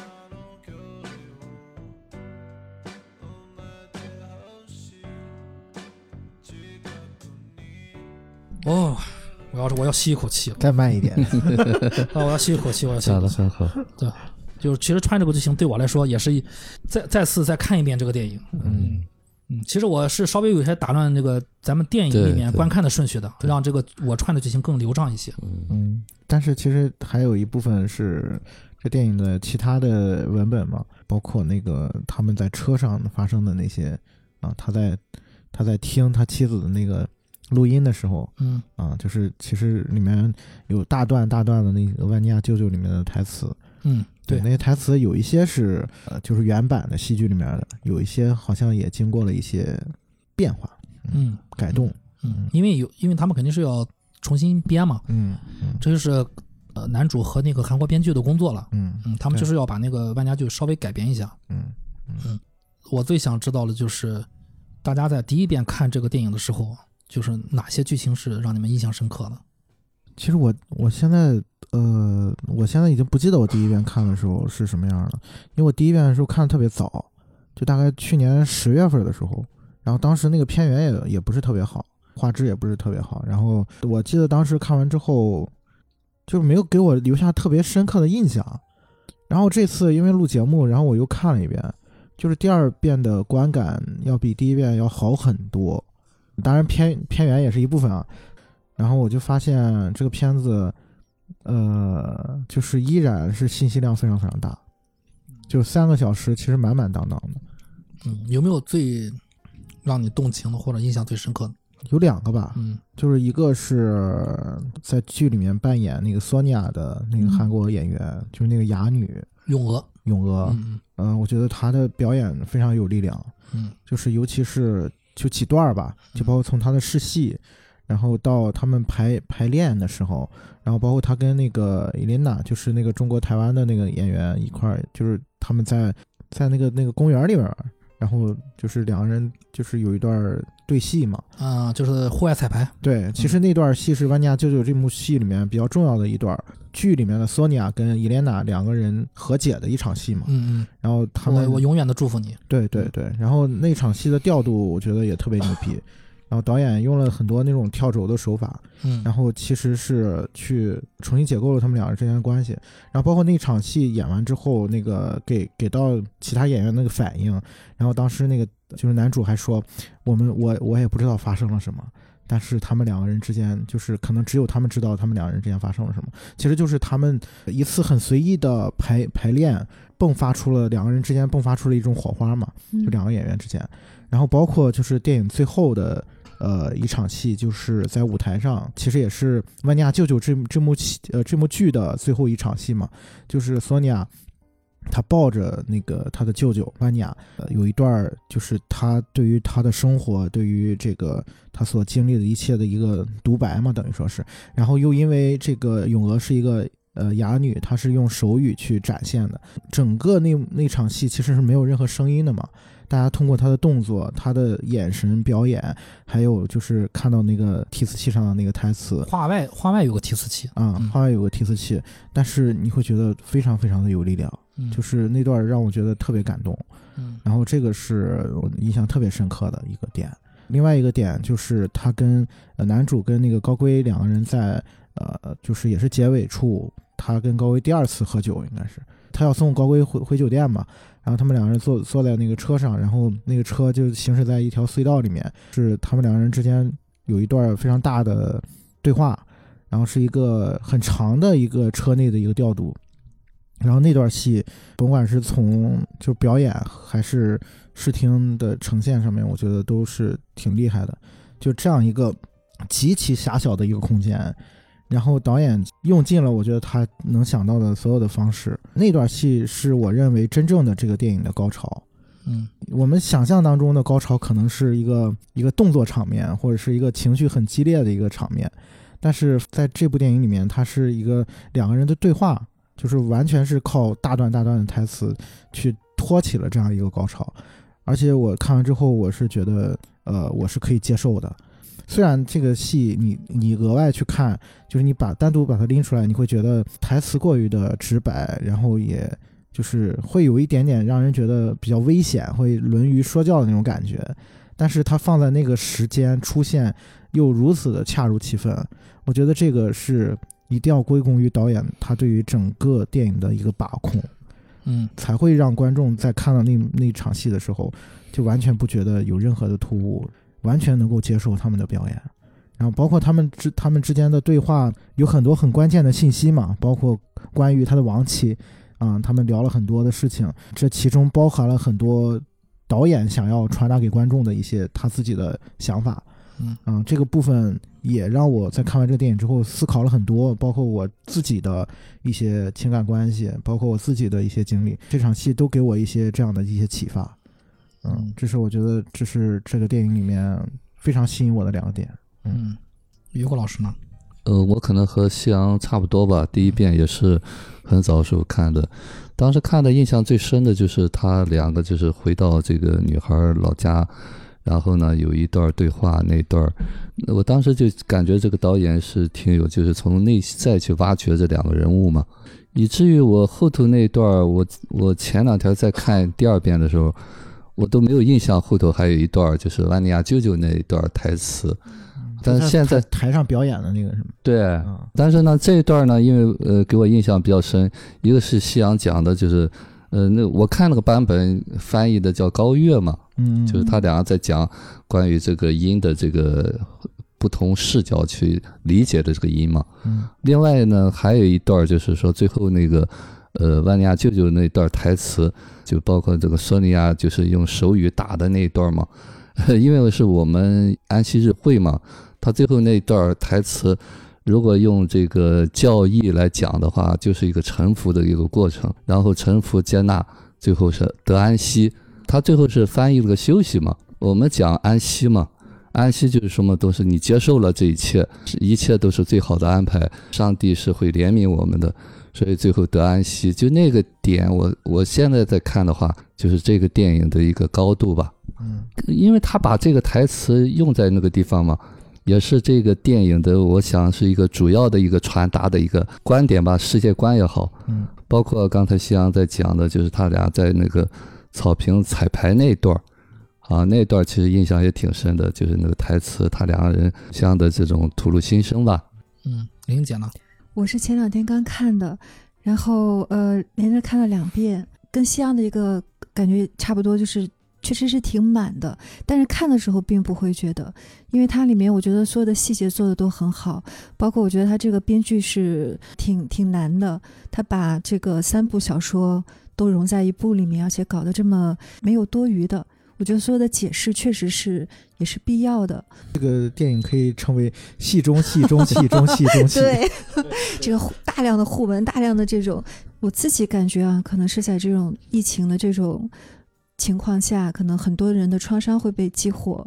哦，我要我要吸一口气， 再慢一点。 啊，我要吸一口气，我要吸一口气。 讲得很好。 对，就是其实穿这个剧情对我来说也是再再次再看一遍这个电影。 嗯嗯，其实我是稍微有些打乱那个咱们电影里面观看的顺序的，让这个我穿的剧情更流畅一些。 嗯，但是其实还有一部分是这电影的其他的文本嘛，包括那个他们在车上发生的那些啊，他在他在听他妻子的那个录音的时候， 嗯啊，就是其实里面有大段大段的那个万尼亚舅舅里面的台词。 嗯，对， 那些台词有一些是呃，就是原版的戏剧里面的，有一些好像也经过了一些变化， 嗯， 改动， 嗯，因为有，因为他们肯定是要重新编嘛， 嗯嗯， 这就是呃男主和那个韩国编剧的工作了， 嗯嗯，他们就是要把那个万家就稍微改编一下， 嗯嗯，我最想知道的就是大家在第一遍看这个电影的时候，就是哪些剧情是让你们印象深刻的？ 其实我我现在呃，我现在已经不记得我第一遍看的时候是什么样了，因为我第一遍的时候看的特别早，就大概去年十月份的时候，然后当时那个片源也也不是特别好，画质也不是特别好，然后我记得当时看完之后，就没有给我留下特别深刻的印象。然后这次因为录节目，然后我又看了一遍，就是第二遍的观感要比第一遍要好很多，当然片片源也是一部分啊。然后我就发现这个片子，呃，就是依然是信息量非常非常大，就三个小时其实满满当当的。 嗯，有没有最让你动情的或者印象最深刻的？ 有两个吧， 嗯， 就是一个是在剧里面扮演那个索尼娅的那个韩国演员，嗯、就是那个哑女咏娥， 咏娥， 嗯嗯、呃，我觉得她的表演非常有力量， 嗯， 就是尤其是就几段吧，就包括从她的试戏。然后到他们排排练的时候，然后包括他跟那个伊琳娜，就是那个中国台湾的那个演员一块儿，就是他们在在那个那个公园里边，然后就是两个人就是有一段对戏嘛， 啊、呃，就是户外彩排。 对，其实那段戏是万尼亚舅舅这幕戏里面比较重要的一段，剧里面的索尼娅跟伊莲娜两个人和解的一场戏嘛。 嗯嗯。 然后他们， 我我永远的祝福你。 对对对，然后那场戏的调度我觉得也特别牛逼。然后导演用了很多那种跳轴的手法， 嗯， 然后其实是去重新解构了他们两人之间的关系。然后包括那场戏演完之后，那个给给到其他演员那个反应，然后当时那个就是男主还说，我们我我也不知道发生了什么，但是他们两个人之间就是可能只有他们知道他们两个人之间发生了什么。其实就是他们一次很随意的排排练，迸发出了两个人之间迸发出了一种火花嘛，就两个演员之间。然后包括就是电影最后的。呃，一场戏就是在舞台上，其实也是万尼亚舅舅这这幕戏呃这幕剧的最后一场戏嘛，就是索尼娅她抱着那个她的舅舅万尼亚，呃，有一段就是她对于她的生活，对于这个她所经历的一切的一个独白嘛，等于说是，然后又因为这个咏娥是一个呃哑女，她是用手语去展现的。整个那那场戏其实是没有任何声音的嘛，大家通过她的动作、她的眼神表演，还有就是看到那个提词器上的那个台词。 画外画外有个提词器啊、嗯，画外有个提词器，但是你会觉得非常非常的有力量，嗯、就是那段让我觉得特别感动。嗯，然后这个是我印象特别深刻的一个点。另外一个点就是他跟呃男主跟那个高圭两个人在呃就是也是结尾处，他跟高圭第二次喝酒，应该是他要送高圭回回酒店嘛，然后他们两个人坐坐在那个车上，然后那个车就行驶在一条隧道里面，是他们两个人之间有一段非常大的对话，然后是一个很长的一个车内的一个调度。然后那段戏甭管是从就表演还是视听的呈现上面，我觉得都是挺厉害的。就这样一个极其狭小的一个空间，然后导演用尽了我觉得他能想到的所有的方式。那段戏是我认为真正的这个电影的高潮。嗯，我们想象当中的高潮可能是一个一个动作场面，或者是一个情绪很激烈的一个场面，但是在这部电影里面，它是一个两个人的对话，就是完全是靠大段大段的台词去托起了这样一个高潮。而且我看完之后，我是觉得呃我是可以接受的。虽然这个戏你你额外去看，就是你把单独把它拎出来，你会觉得台词过于的直白，然后也就是会有一点点让人觉得比较危险，会沦于说教的那种感觉。但是它放在那个时间出现又如此的恰如其分，我觉得这个是一定要归功于导演他对于整个电影的一个把控，嗯，才会让观众在看到那那场戏的时候，就完全不觉得有任何的突兀，完全能够接受他们的表演。然后包括他们之他们之间的对话，有很多很关键的信息嘛，包括关于他的亡妻啊、嗯，他们聊了很多的事情，这其中包含了很多导演想要传达给观众的一些他自己的想法。嗯嗯，这个部分也让我在看完这个电影之后思考了很多，包括我自己的一些情感关系，包括我自己的一些经历，这场戏都给我一些这样的一些启发。嗯，这是我觉得这是这个电影里面非常吸引我的两个点。嗯， 于果老师呢？ 呃，我可能和夕阳差不多吧，第一遍也是很早时候看的，当时看的印象最深的就是他两个就是回到这个女孩老家，然后呢有一段对话，那段我当时就感觉这个导演是挺有就是从内在去挖掘这两个人物嘛，以至于我后头那段我我前两天在看第二遍的时候，我都没有印象后头还有一段就是万尼亚舅舅那一段台词，但是现在台上表演的那个是吗？ 对、嗯，但是呢这一段呢，因为呃给我印象比较深，一个是夕阳讲的就是呃那我看那个版本翻译的叫高月嘛，嗯，就是他俩在讲关于这个音的这个不同视角去理解的这个音嘛，嗯，另外呢还有一段就是说最后那个呃万尼亚舅舅那段台词，就包括这个索尼娅就是用手语打的那一段嘛，因为是我们安息日会嘛，他最后那段台词如果用这个教义来讲的话，就是一个臣服的一个过程，然后臣服接纳，最后是得安息，他最后是翻译了个休息嘛，我们讲安息嘛，安息就是什么都是你接受了这一切，一切都是最好的安排，上帝是会怜悯我们的，所以最后得安息，就那个点我我现在在看的话，就是这个电影的一个高度吧，嗯，因为他把这个台词用在那个地方嘛，也是这个电影的我想是一个主要的一个传达的一个观点吧，世界观也好，嗯，包括刚才夕阳在讲的就是他俩在那个草坪彩排那段啊，那段其实印象也挺深的，就是那个台词他两个人相的这种吐露心声吧。 嗯，玲姐呢？ 我是前两天刚看的，然后呃连着看了两遍，跟夕阳的一个感觉差不多，就是确实是挺满的，但是看的时候并不会觉得，因为它里面我觉得所有的细节做的都很好，包括我觉得它这个编剧是挺挺难的，他把这个三部小说都融在一部里面，而且搞得这么没有多余的，我觉得所有的解释确实是也是必要的。 这个电影可以称为戏中戏中戏中戏中戏。 对，这个大量的互文，大量的这种，我自己感觉啊，可能是在这种疫情的这种情况下，可能很多人的创伤会被激活，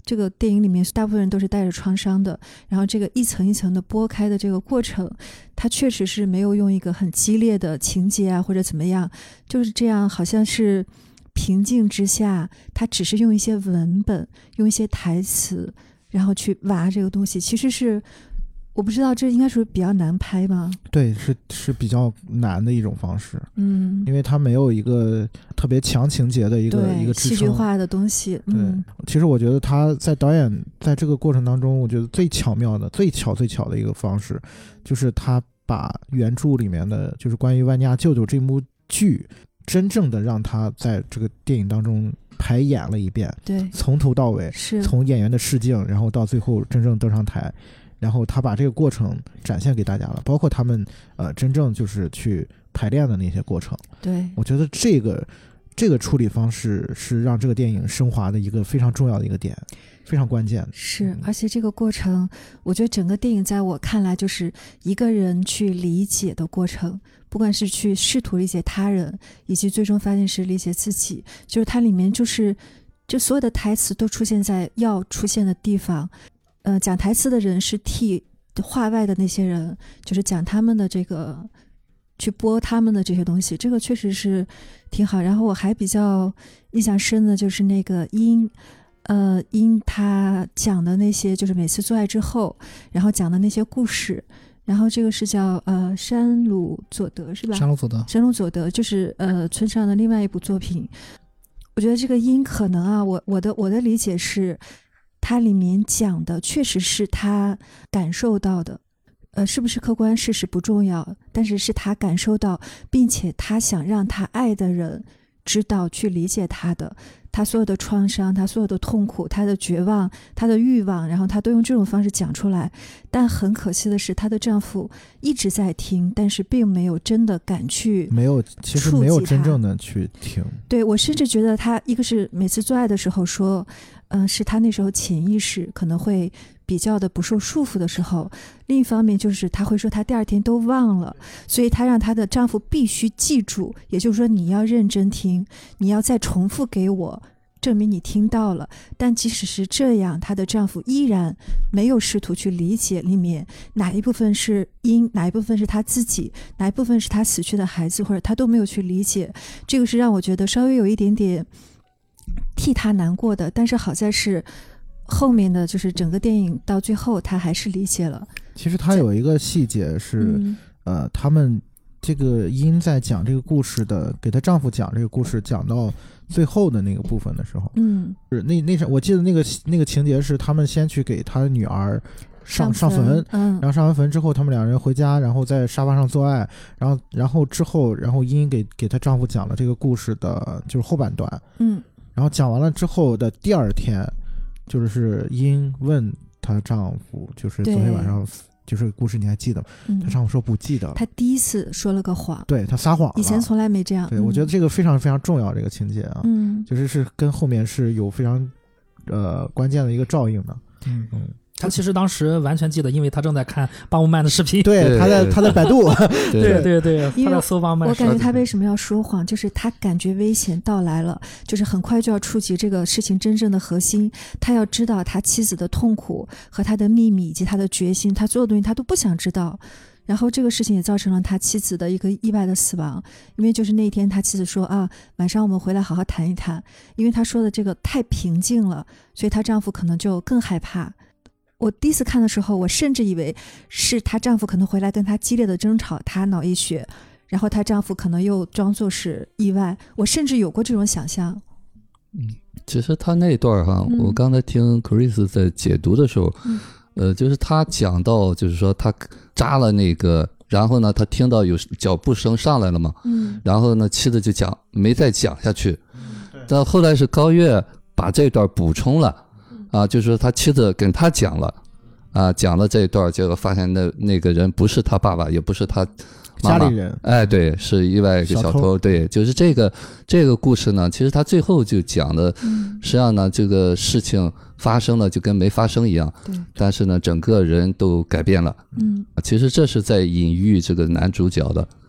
这个电影里面大部分人都是带着创伤的，然后这个一层一层的剥开的这个过程，它确实是没有用一个很激烈的情节啊或者怎么样，就是这样好像是平静之下，他只是用一些文本用一些台词然后去挖这个东西，其实是我不知道这应该是比较难拍吗？ 对，是是比较难的一种方式， 嗯， 因为它没有一个特别强情节的一个一个支撑， 戏剧化的东西。嗯， 对，其实我觉得他在导演在这个过程当中，我觉得最巧妙的、最巧最巧的一个方式，就是他把原著里面的就是关于万尼亚舅舅这幕剧，真正的让他在这个电影当中排演了一遍， 对， 从头到尾， 是从演员的试镜，然后到最后真正登上台。然后他把这个过程展现给大家了，包括他们呃真正就是去排练的那些过程。 对， 我觉得这个这个处理方式是让这个电影升华的一个非常重要的一个点，非常关键的。 是，而且这个过程，我觉得整个电影在我看来就是一个人去理解的过程，不管是去试图理解他人，以及最终发现是理解自己，就是它里面就是就所有的台词都出现在要出现的地方。呃，讲台词的人是替话外的那些人，就是讲他们的这个，去播他们的这些东西，这个确实是挺好。然后我还比较印象深的就是那个因，呃，因他讲的那些，就是每次做爱之后，然后讲的那些故事，然后这个是叫呃山鲁佐德是吧？ 山鲁佐德， 山鲁佐德就是呃村上的另外一部作品。我觉得这个因可能啊，我我的我的理解是。它里面讲的确实是他感受到的，呃，是不是客观事实不重要，但是是他感受到，并且他想让他爱的人知道去理解他的，他所有的创伤，他所有的痛苦，他的绝望，他的欲望，然后他都用这种方式讲出来。但很可惜的是，她的丈夫一直在听，但是并没有真的敢去， 没有，其实没有真正的去听。 对，我甚至觉得他一个是每次做爱的时候说。嗯、呃，是她那时候潜意识可能会比较的不受束缚的时候，另一方面就是她会说她第二天都忘了，所以她让她的丈夫必须记住，也就是说你要认真听，你要再重复给我证明你听到了。但即使是这样，她的丈夫依然没有试图去理解里面哪一部分是因，哪一部分是他自己，哪一部分是他死去的孩子，或者他都没有去理解。这个是让我觉得稍微有一点点替他难过的，但是好在是后面的就是整个电影到最后他还是理解了。 其实他有一个细节是、嗯、呃，他们这个因在讲这个故事的，给她丈夫讲这个故事讲到最后的那个部分的时候， 嗯， 是那那我记得那个那个情节是他们先去给他女儿上上坟， 嗯， 然后上完坟之后，他们两人回家，然后在沙发上做爱，然后然后之后，然后因给给她丈夫讲了这个故事的就是后半段， 嗯。 然后讲完了之后的第二天，就是因问她丈夫，就是昨天晚上就是故事你还记得吗？ 嗯、 她丈夫说不记得了。 她第一次说了个谎， 对，她撒谎了， 以前从来没这样。 对、嗯，我觉得这个非常非常重要，这个情节啊， 嗯， 就是是跟后面是有非常呃关键的一个照应的。 嗯嗯。他其实当时完全记得，因为他正在看巴木曼的视频。 对，他在他在百度。 对对对，他在搜巴木曼。 我感觉他为什么要说谎，就是他感觉危险到来了，就是很快就要触及这个事情真正的核心。他要知道他妻子的痛苦和他的秘密以及他的决心，他所有东西他都不想知道。然后这个事情也造成了他妻子的一个意外的死亡，因为就是那一天他妻子说啊，晚上我们回来好好谈一谈，因为他说的这个太平静了，所以她丈夫可能就更害怕。我第一次看的时候，我甚至以为是她丈夫可能回来跟她激烈的争吵，她脑溢血，然后她丈夫可能又装作是意外，我甚至有过这种想象。 嗯，其实他那段哈、嗯，我刚才听 Chris 在解读的时候，嗯、呃，就是他讲到，就是说他扎了那个，然后呢，他听到有脚步声上来了嘛， 嗯， 然后呢，妻子就讲没再讲下去，嗯、但后来是高月把这段补充了。啊，就是说他妻子跟他讲了，啊，讲了这一段，结果发现那那个人不是他爸爸，也不是他妈妈， 家里人， 哎，对，是意外一个小偷，小偷对，就是这个这个故事呢，其实他最后就讲的， 嗯、 实际上呢，这个事情发生了就跟没发生一样， 对， 但是呢，整个人都改变了， 嗯， 其实这是在隐喻这个男主角的，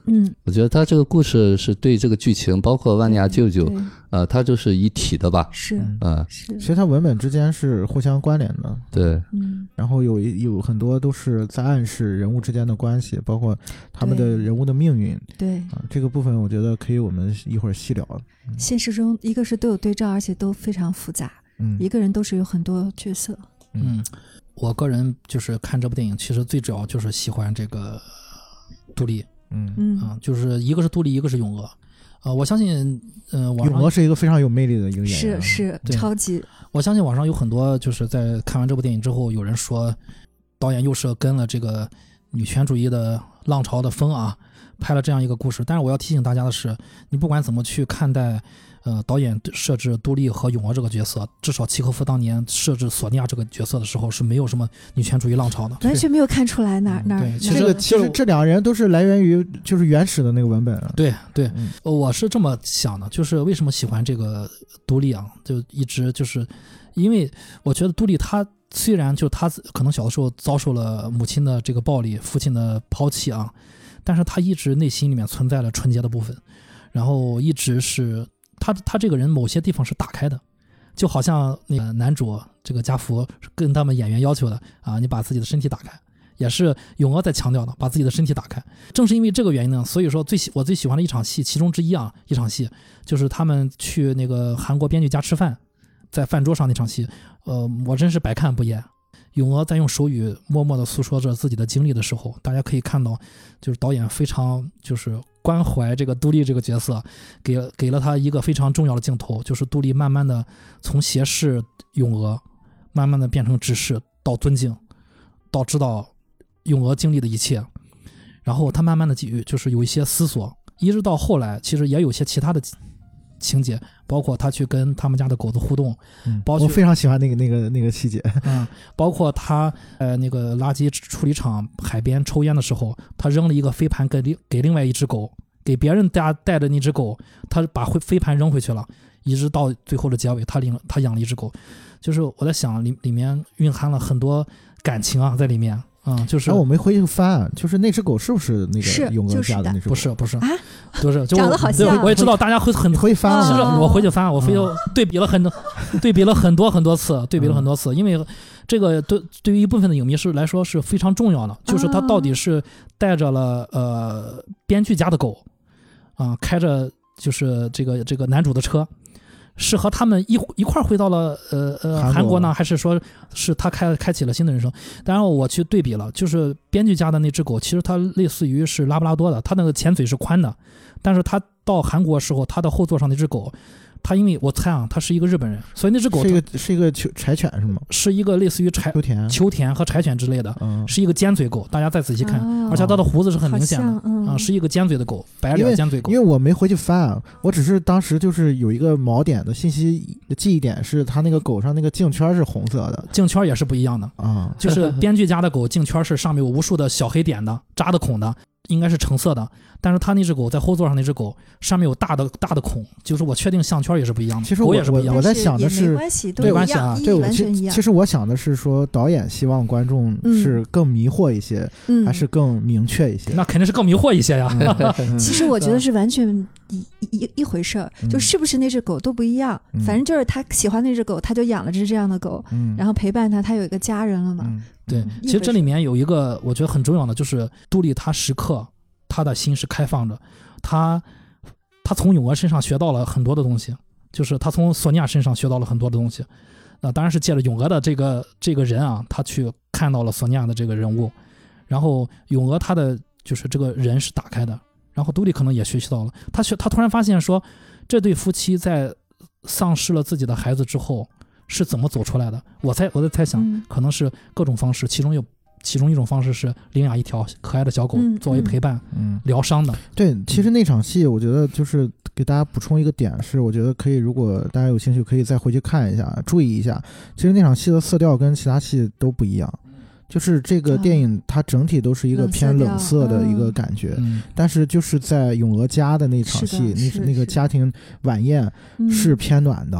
嗯， 我觉得他这个故事是对这个剧情，包括万尼亚舅舅，呃，他就是一体的吧？ 是， 嗯， 是。 其实他文本之间是互相关联的， 对， 嗯。 然后有有很多都是在暗示人物之间的关系，包括他们的人物的命运。 对啊，这个部分我觉得可以我们一会儿细聊。 嗯、现实中一个是都有对照，而且都非常复杂。嗯，一个人都是有很多角色。 嗯，我个人就是看这部电影，其实最主要就是喜欢这个杜丽。 嗯嗯啊，就是一个是杜丽，一个是咏娥。呃，我相信，呃，网上咏娥是一个非常有魅力的一个演是员， 是超级。 我相信网上有很多就是在看完这部电影之后，有人说导演又是跟了这个女权主义的浪潮的风啊，拍了这样一个故事。但是我要提醒大家的是，你不管怎么去看待，呃，导演设置杜丽和咏娥这个角色，至少契诃夫当年设置索尼娅这个角色的时候是没有什么女权主义浪潮的， 完全没有看出来哪哪。 对， 其实其实这两个人都是来源于就是原始的那个文本。 对对、 嗯， 我是这么想的，就是为什么喜欢这个杜丽啊，就一直就是因为我觉得杜丽她虽然就她可能小的时候遭受了母亲的这个暴力，父亲的抛弃啊，但是她一直内心里面存在了纯洁的部分，然后一直是。他他这个人某些地方是打开的，就好像那个男主这个家福跟他们演员要求的啊，你把自己的身体打开，也是咏娥在强调的，把自己的身体打开。正是因为这个原因呢，所以说最喜我最喜欢的一场戏，其中之一啊，一场戏就是他们去那个韩国编剧家吃饭，在饭桌上那场戏，呃，我真是百看不厌。咏娥在用手语默默地诉说着自己的经历的时候，大家可以看到，就是导演非常就是关怀这个杜丽这个角色，给给了他一个非常重要的镜头，就是杜丽慢慢的从斜视咏娥，慢慢的变成直视，到尊敬，到知道咏娥经历的一切，然后他慢慢的就是有一些思索，一直到后来，其实也有些其他的情节，包括他去跟他们家的狗子互动， 嗯、 包括我非常喜欢那个那个那个细节， 嗯，包括他呃那个垃圾处理厂海边抽烟的时候，他扔了一个飞盘给另给另外一只狗，给别人家带的那只狗，他把飞盘扔回去了，一直到最后的结尾，他领他养了一只狗，就是我在想里里面蕴含了很多感情啊在里面。嗯，就是。 然后我没回去翻，就是那只狗是不是那个咏娥家的那只狗？ 不是，不是啊， 不是，就长得好像。 我也知道大家会很回翻了， 是我回去翻，我非要对比了很多，对比了很多很多次，对比了很多次，因为这个对对于一部分的影迷是来说是非常重要的，就是他到底是带着了呃编剧家的狗啊，开着就是这个这个男主的车。是和他们一一块回到了呃呃韩国呢，还是说是他开开启了新的人生？当然我去对比了，就是编剧家的那只狗，其实它类似于是拉布拉多的，它那个前嘴是宽的，但是它到韩国的时候，它的后座上那只狗，它因为我猜啊，它是一个日本人，所以那只狗是一个是一个柴犬是吗？ 是一个类似于柴秋田秋田和柴犬之类的， 嗯、 是一个尖嘴狗。大家再仔细看， 哦、 而且它的胡子是很明显的、 嗯、 啊，是一个尖嘴的狗，白脸尖嘴狗。 因为我没回去翻，我只是当时就是有一个锚点的信息的记忆点是它那个狗上那个颈圈是红色的， 颈圈也是不一样的啊， 就是编剧家的狗颈圈是上面有无数的小黑点的扎的孔的。应该是橙色的，但是他那只狗在后座上那只狗上面有大的大的孔，就是我确定项圈也是不一样的， 其实狗也是不一样的。 我在想的是， 没关系， 没关系啊， 对，完全一样。 其实我想的是说，导演希望观众是更迷惑一些， 嗯、 还是更明确一些？ 那肯定是更迷惑一些呀。 嗯、其实我觉得是完全一一一回事儿， 嗯、 就是不是那只狗都不一样， 嗯、 反正就是他喜欢那只狗，他就养了只这样的狗， 嗯、 然后陪伴他，他有一个家人了嘛。 嗯、 对，其实这里面有一个我觉得很重要的，就是杜丽她时刻。他的心是开放着，他他从咏娥身上学到了很多的东西，就是他从索尼娅身上学到了很多的东西。那当然是借着咏娥的这个这个人啊，他去看到了索尼娅的这个人物，然后咏娥他的就是这个人是打开的，然后杜丽可能也学习到了，他学他突然发现说，这对夫妻在丧失了自己的孩子之后是怎么走出来的。我猜我在猜想， 嗯、 可能是各种方式，其中有。其中一种方式是领养一条可爱的小狗作为陪伴， 嗯， 疗伤的。 对，其实那场戏我觉得就是给大家补充一个点是，我觉得可以，如果大家有兴趣可以再回去看一下，注意一下。其实那场戏的色调跟其他戏都不一样，就是这个电影它整体都是一个偏冷色的一个感觉， 嗯、 但是就是在咏娥家的那场戏，那那个家庭晚宴是偏暖的。 嗯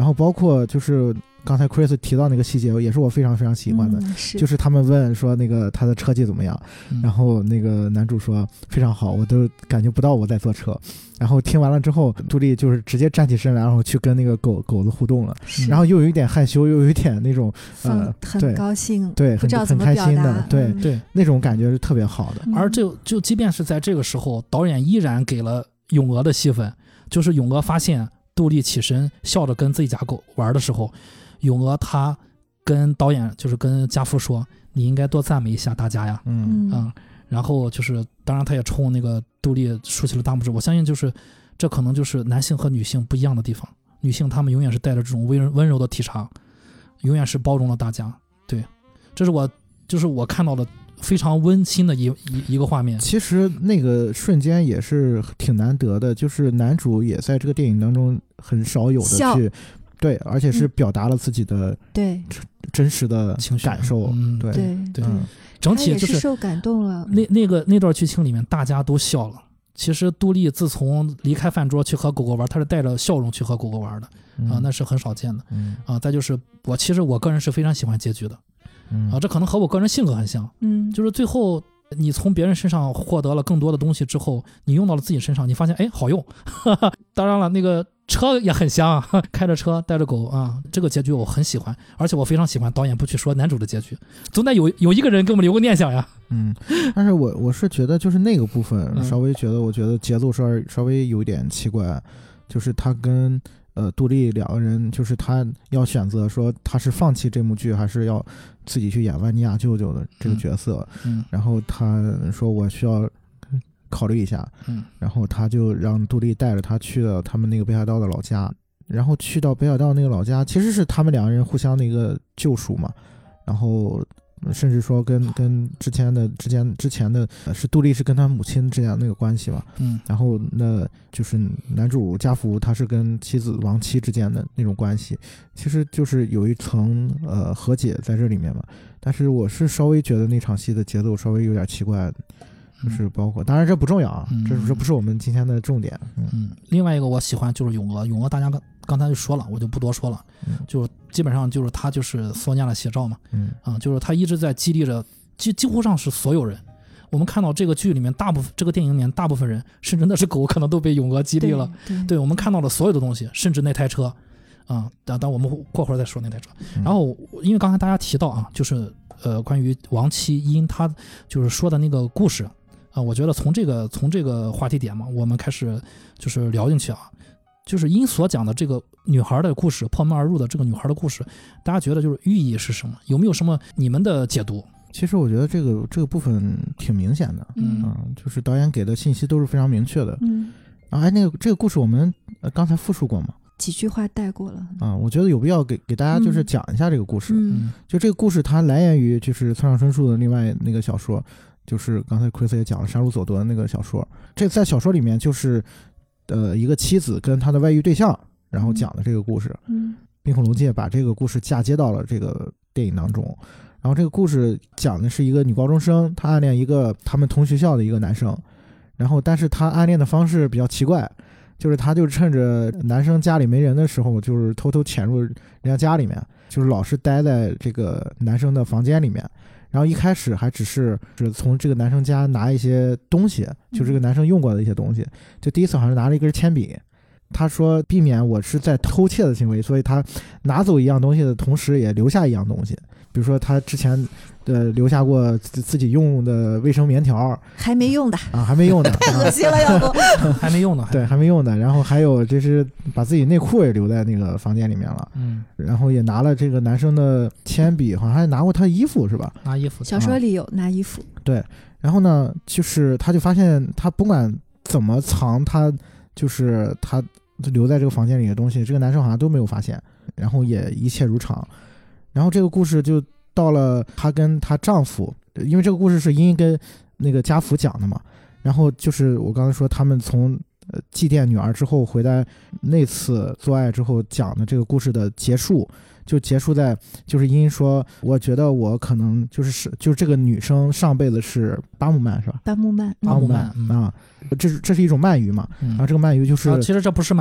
然后包括就是刚才 Chris 提到那个细节也是我非常非常喜欢的、 嗯、是就是他们问说那个他的车技怎么样、 嗯、 然后那个男主说非常好，我都感觉不到我在坐车。然后听完了之后，杜丽就是直接站起身来，然后去跟那个狗狗子互动了，然后又有一点害羞，又有一点那种呃很高兴， 对， 不知道很很开心的，对、 嗯、对， 那种感觉是特别好的。 嗯、而就就即便是在这个时候，导演依然给了咏娥的戏份，就是咏娥发现杜丽起身笑着跟自己家狗玩的时候，咏娥她跟导演就是跟家父说：“你应该多赞美一下大家呀。” 嗯嗯。然后就是，当然他也冲那个杜丽竖起了大拇指。我相信就是，这可能就是男性和女性不一样的地方。女性她们永远是带着这种温温柔的体察，永远是包容了大家。对，这是我就是我看到的非常温馨的一一一个画面。 其实那个瞬间也是挺难得的，就是男主也在这个电影当中很少有的去，对，而且是表达了自己的对真实的情绪感受。 嗯， 对对对。嗯，整体就是受感动了。 那那个那段剧情里面，大家都笑了。其实杜丽自从离开饭桌去和狗狗玩，她是带着笑容去和狗狗玩的、嗯、啊，那是很少见的。 嗯啊，再就是我其实我个人是非常喜欢结局的。 嗯啊，这可能和我个人性格很像。 嗯， 就是最后你从别人身上获得了更多的东西之后，你用到了自己身上，你发现哎好用。当然了，那个车也很香啊，开着车带着狗啊，这个结局我很喜欢，而且我非常喜欢导演不去说男主的结局，总得有有一个人给我们留个念想呀。 嗯，但是我我是觉得就是那个部分稍微觉得，我觉得节奏稍微稍微有点奇怪，就是他跟呃杜丽两个人，就是他要选择说他是放弃这幕剧，还是要自己去演万尼亚舅舅的这个角色。 嗯， 然后他说我需要考虑一下。 嗯， 然后他就让杜丽带着他去了他们那个北海道的老家，然后去到北海道那个老家，其实是他们两个人互相的一个救赎嘛。然后甚至说跟跟之前的之前之前的是杜丽是跟他母亲之间那个关系嘛。 嗯， 然后那就是男主家福他是跟妻子亡妻之间的那种关系，其实就是有一层呃和解在这里面嘛。但是我是稍微觉得那场戏的节奏稍微有点奇怪，就是包括当然这不重要啊， 嗯、 这这不是我们今天的重点。嗯， 嗯另外一个我喜欢就是咏娥，咏娥大家刚刚才就说了，我就不多说了。 嗯， 就是基本上就是他就是索尼娅的写照嘛。 嗯啊，就是他一直在激励着几几乎上是所有人。我们看到这个剧里面大部分这个电影里面大部分人，甚至那只狗可能都被咏娥激励了。 对，对对我们看到了所有的东西，甚至那台车啊，等等我们过会儿再说那台车。 嗯、 然后因为刚才大家提到啊，就是呃关于亡妻因他就是说的那个故事。啊，我觉得从这个从这个话题点嘛，我们开始就是聊进去啊，就是因所讲的这个女孩的故事，破门而入的这个女孩的故事，大家觉得就是寓意是什么？有没有什么你们的解读？ 其实我觉得这个这个部分挺明显的， 嗯、 啊，就是导演给的信息都是非常明确的。 嗯， 啊，哎，那个这个故事我们、呃、刚才复述过吗？ 几句话带过了啊，我觉得有必要给给大家就是讲一下这个故事。 嗯， 就这个故事它来源于就是村上春树的另外那个小说。就是刚才 Chris 也讲了杀戮佐德那个小说，这在小说里面就是呃一个妻子跟她的外遇对象然后讲的这个故事。 嗯， 滨口龙介把这个故事嫁接到了这个电影当中，然后这个故事讲的是一个女高中生，她暗恋一个他们同学校的一个男生，然后但是她暗恋的方式比较奇怪，就是她就趁着男生家里没人的时候，就是偷偷潜入人家家里面，就是老是待在这个男生的房间里面。然后一开始还只是是从这个男生家拿一些东西，就这个男生用过的一些东西，就第一次好像拿了一根铅笔，他说避免我是在偷窃的行为，所以他拿走一样东西的同时也留下一样东西，比如说他之前的留下过自己用的卫生棉条， 还没用的啊，还没用的， 太恶心了，要不还没用呢， 对，还没用的。然后还有就是把自己内裤也留在那个房间里面了， 嗯， 然后也拿了这个男生的铅笔，好像还拿过他的衣服是吧？ 拿衣服， 小说里有拿衣服， 啊、对。然后呢，就是他就发现他不管怎么藏，他就是他留在这个房间里的东西，这个男生好像都没有发现，然后也一切如常。然后这个故事就到了她跟她丈夫，因为这个故事是因跟那个家福讲的嘛，然后就是我刚才说他们从呃祭奠女儿之后回来那次做爱之后讲的这个故事的结束，就结束在就是因说我觉得我可能就是是就是这个女生上辈子是巴木曼是吧？ 巴木曼， 巴木曼、嗯、啊，这是这是一种鳗鱼嘛， 嗯、 然后这个鳗鱼就是、 啊、其实这不是鳗鱼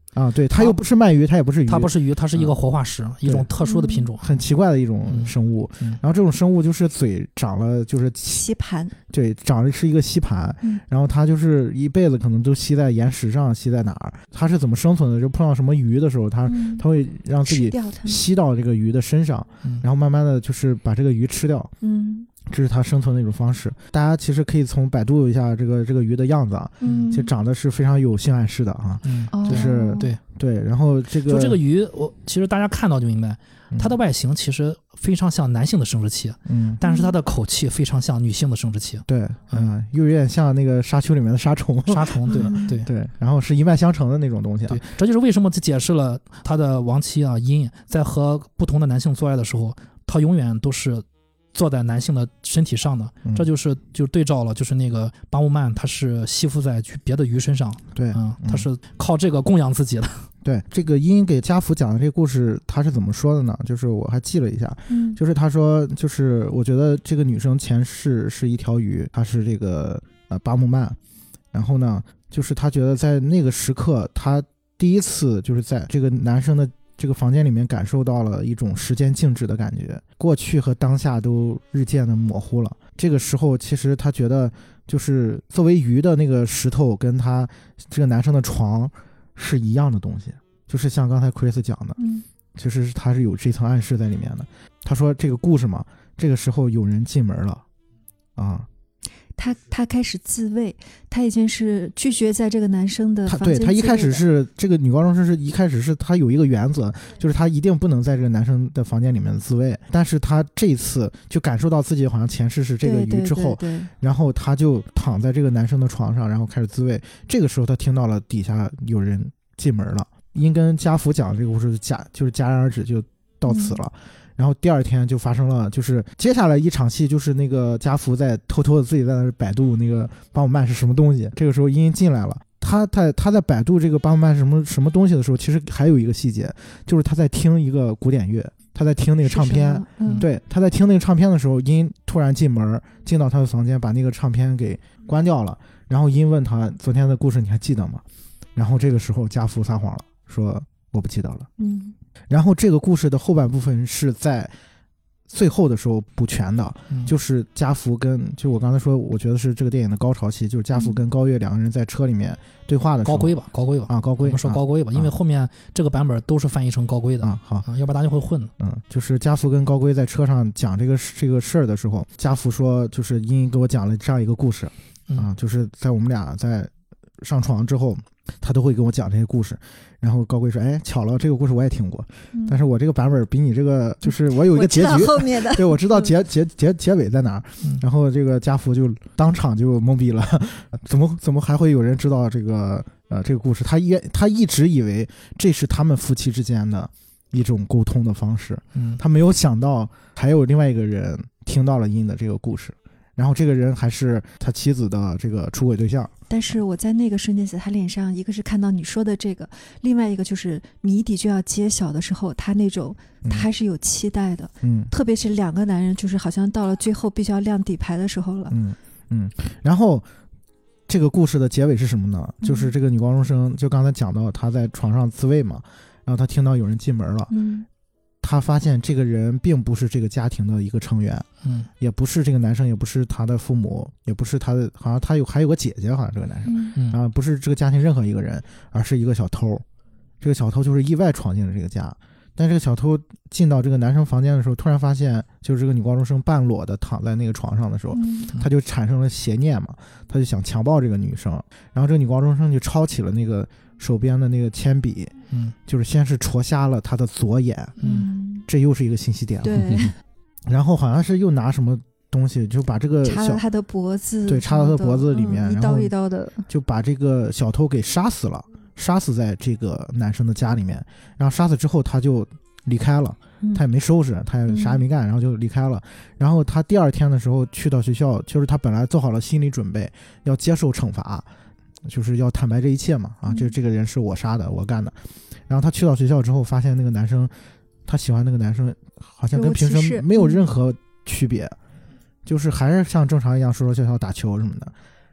啊，对，它又不是鳗鱼，它也不是鱼， 它不是鱼，它是一个活化石，嗯、一种特殊的品种， 很奇怪的一种生物。 嗯、 然后这种生物就是嘴长了，就是吸盘， 对，长的是一个吸盘， 嗯、 然后它就是一辈子可能都吸在岩石上，吸在哪儿？它是怎么生存的？就碰到什么鱼的时候，它、嗯、它会让自己吸到这个鱼的身上， 嗯、 然后慢慢的就是把这个鱼吃掉。 嗯。 这是它生存的一种方式。大家其实可以从百度一下这个这个鱼的样子啊， 嗯， 其实长得是非常有性暗示的啊， 嗯， 就是、 哦、对对。然后这个就这个鱼，我其实大家看到就明白，它的外形其实非常像男性的生殖器， 嗯， 但是它的口气非常像女性的生殖器， 对，嗯，又有点像那个沙丘里面的沙虫， 沙虫，对对对，然后是一脉相承的那种东西啊。 对，这就是为什么解释了他的亡妻啊阴在和不同的男性做爱的时候，他永远都是坐在男性的身体上的， 嗯、 这就是就对照了，就是那个巴木曼，他是吸附在别的鱼身上， 对， 嗯，他是靠这个供养自己的。 对，这个阴给家福讲的这个故事，他是怎么说的呢？就是我还记了一下， 嗯， 就是他说，就是我觉得这个女生前世是一条鱼，她是这个呃巴木曼，然后呢，就是他觉得在那个时刻，他第一次就是在这个男生的这个房间里面感受到了一种时间静止的感觉，过去和当下都日渐的模糊了。这个时候其实他觉得就是作为鱼的那个石头跟他这个男生的床是一样的东西，就是像刚才 Chris 讲的， 嗯， 其实他是有这层暗示在里面的。他说这个故事嘛，这个时候有人进门了啊， 他他开始自慰，他已经是拒绝在这个男生的房间自慰的。 对，他一开始是这个女高中生是一开始是他有一个原则，就是他一定不能在这个男生的房间里面自慰，但是他这一次就感受到自己好像前世是这个鱼之后， 对对对对， 然后他就躺在这个男生的床上，然后开始自慰。这个时候他听到了底下有人进门了，因跟家福讲这个故事戛就是戛然而止，就到此了。嗯，然后第二天就发生了，就是接下来一场戏，就是那个家福在偷偷的自己在那百度那个巴姆曼是什么东西。这个时候茵进来了，他在他在百度这个巴姆曼是什么什么东西的时候，其实还有一个细节，就是他在听一个古典乐，他在听那个唱片， 嗯、 对，他在听那个唱片的时候，茵突然进门进到他的房间，把那个唱片给关掉了。然后茵问他昨天的故事你还记得吗？然后这个时候家福撒谎了，说我不记得了。 嗯。 然后这个故事的后半部分是在最后的时候补全的， 嗯、 就是家福跟就我刚才说，我觉得是这个电影的高潮期，就是家福跟高月两个人在车里面对话的时候， 高规吧，高规吧啊，高规， 我们说高规吧， 啊、 因为后面这个版本都是翻译成高规的啊，好， 啊，要不然大家会混。 嗯，就是家福跟高规在车上讲这个这个事儿的时候，家福说，就是茵给我讲了这样一个故事， 嗯、 啊，就是在我们俩在上床之后，他都会跟我讲这些故事。然后高贵说：“哎，巧了，这个故事我也听过，嗯、但是我这个版本比你这个，就是我有一个结局， 后面的， 对，我知道结结结结尾在哪儿。 嗯、 然后这个家福就当场就懵逼了，怎么怎么还会有人知道这个呃这个故事？他一他一直以为这是他们夫妻之间的一种沟通的方式， 嗯， 他没有想到还有另外一个人听到了茵的这个故事。”然后这个人还是他妻子的这个出轨对象， 但是我在那个瞬间在他脸上，一个是看到你说的这个，另外一个就是谜底就要揭晓的时候，他那种他还是有期待的， 嗯， 特别是两个男人，就是好像到了最后必须要亮底牌的时候了， 嗯嗯。然后这个故事的结尾是什么呢？嗯、就是这个女高中生，就刚才讲到她在床上自慰嘛，然后她听到有人进门了， 嗯。 他发现这个人并不是这个家庭的一个成员， 嗯， 也不是这个男生，也不是他的父母，也不是他的，好像他有还有个姐姐，好像这个男生， 嗯， 啊，不是这个家庭任何一个人，而是一个小偷。这个小偷就是意外闯进了这个家，但这个小偷进到这个男生房间的时候，突然发现就是这个女高中生半裸的躺在那个床上的时候， 嗯、 他就产生了邪念嘛，他就想强暴这个女生，然后这个女高中生就抄起了那个手边的那个铅笔， 嗯， 就是先是戳瞎了他的左眼， 嗯， 这又是一个信息点了， 对， 然后好像是又拿什么东西就把这个插到他的脖子， 对，插到他的脖子里面， 嗯、一刀一刀的， 就把这个小偷给杀死了，杀死在这个男生的家里面，然后杀死之后他就离开了， 嗯、 他也没收拾，他也啥也没干，嗯、然后就离开了。然后他第二天的时候去到学校，就是他本来做好了心理准备要接受惩罚，就是要坦白这一切嘛，啊，这、嗯、这个人是我杀的，我干的。然后他去到学校之后，发现那个男生，他喜欢那个男生，好像跟平时没有任何区别，嗯、就是还是像正常一样说说笑笑打球什么的。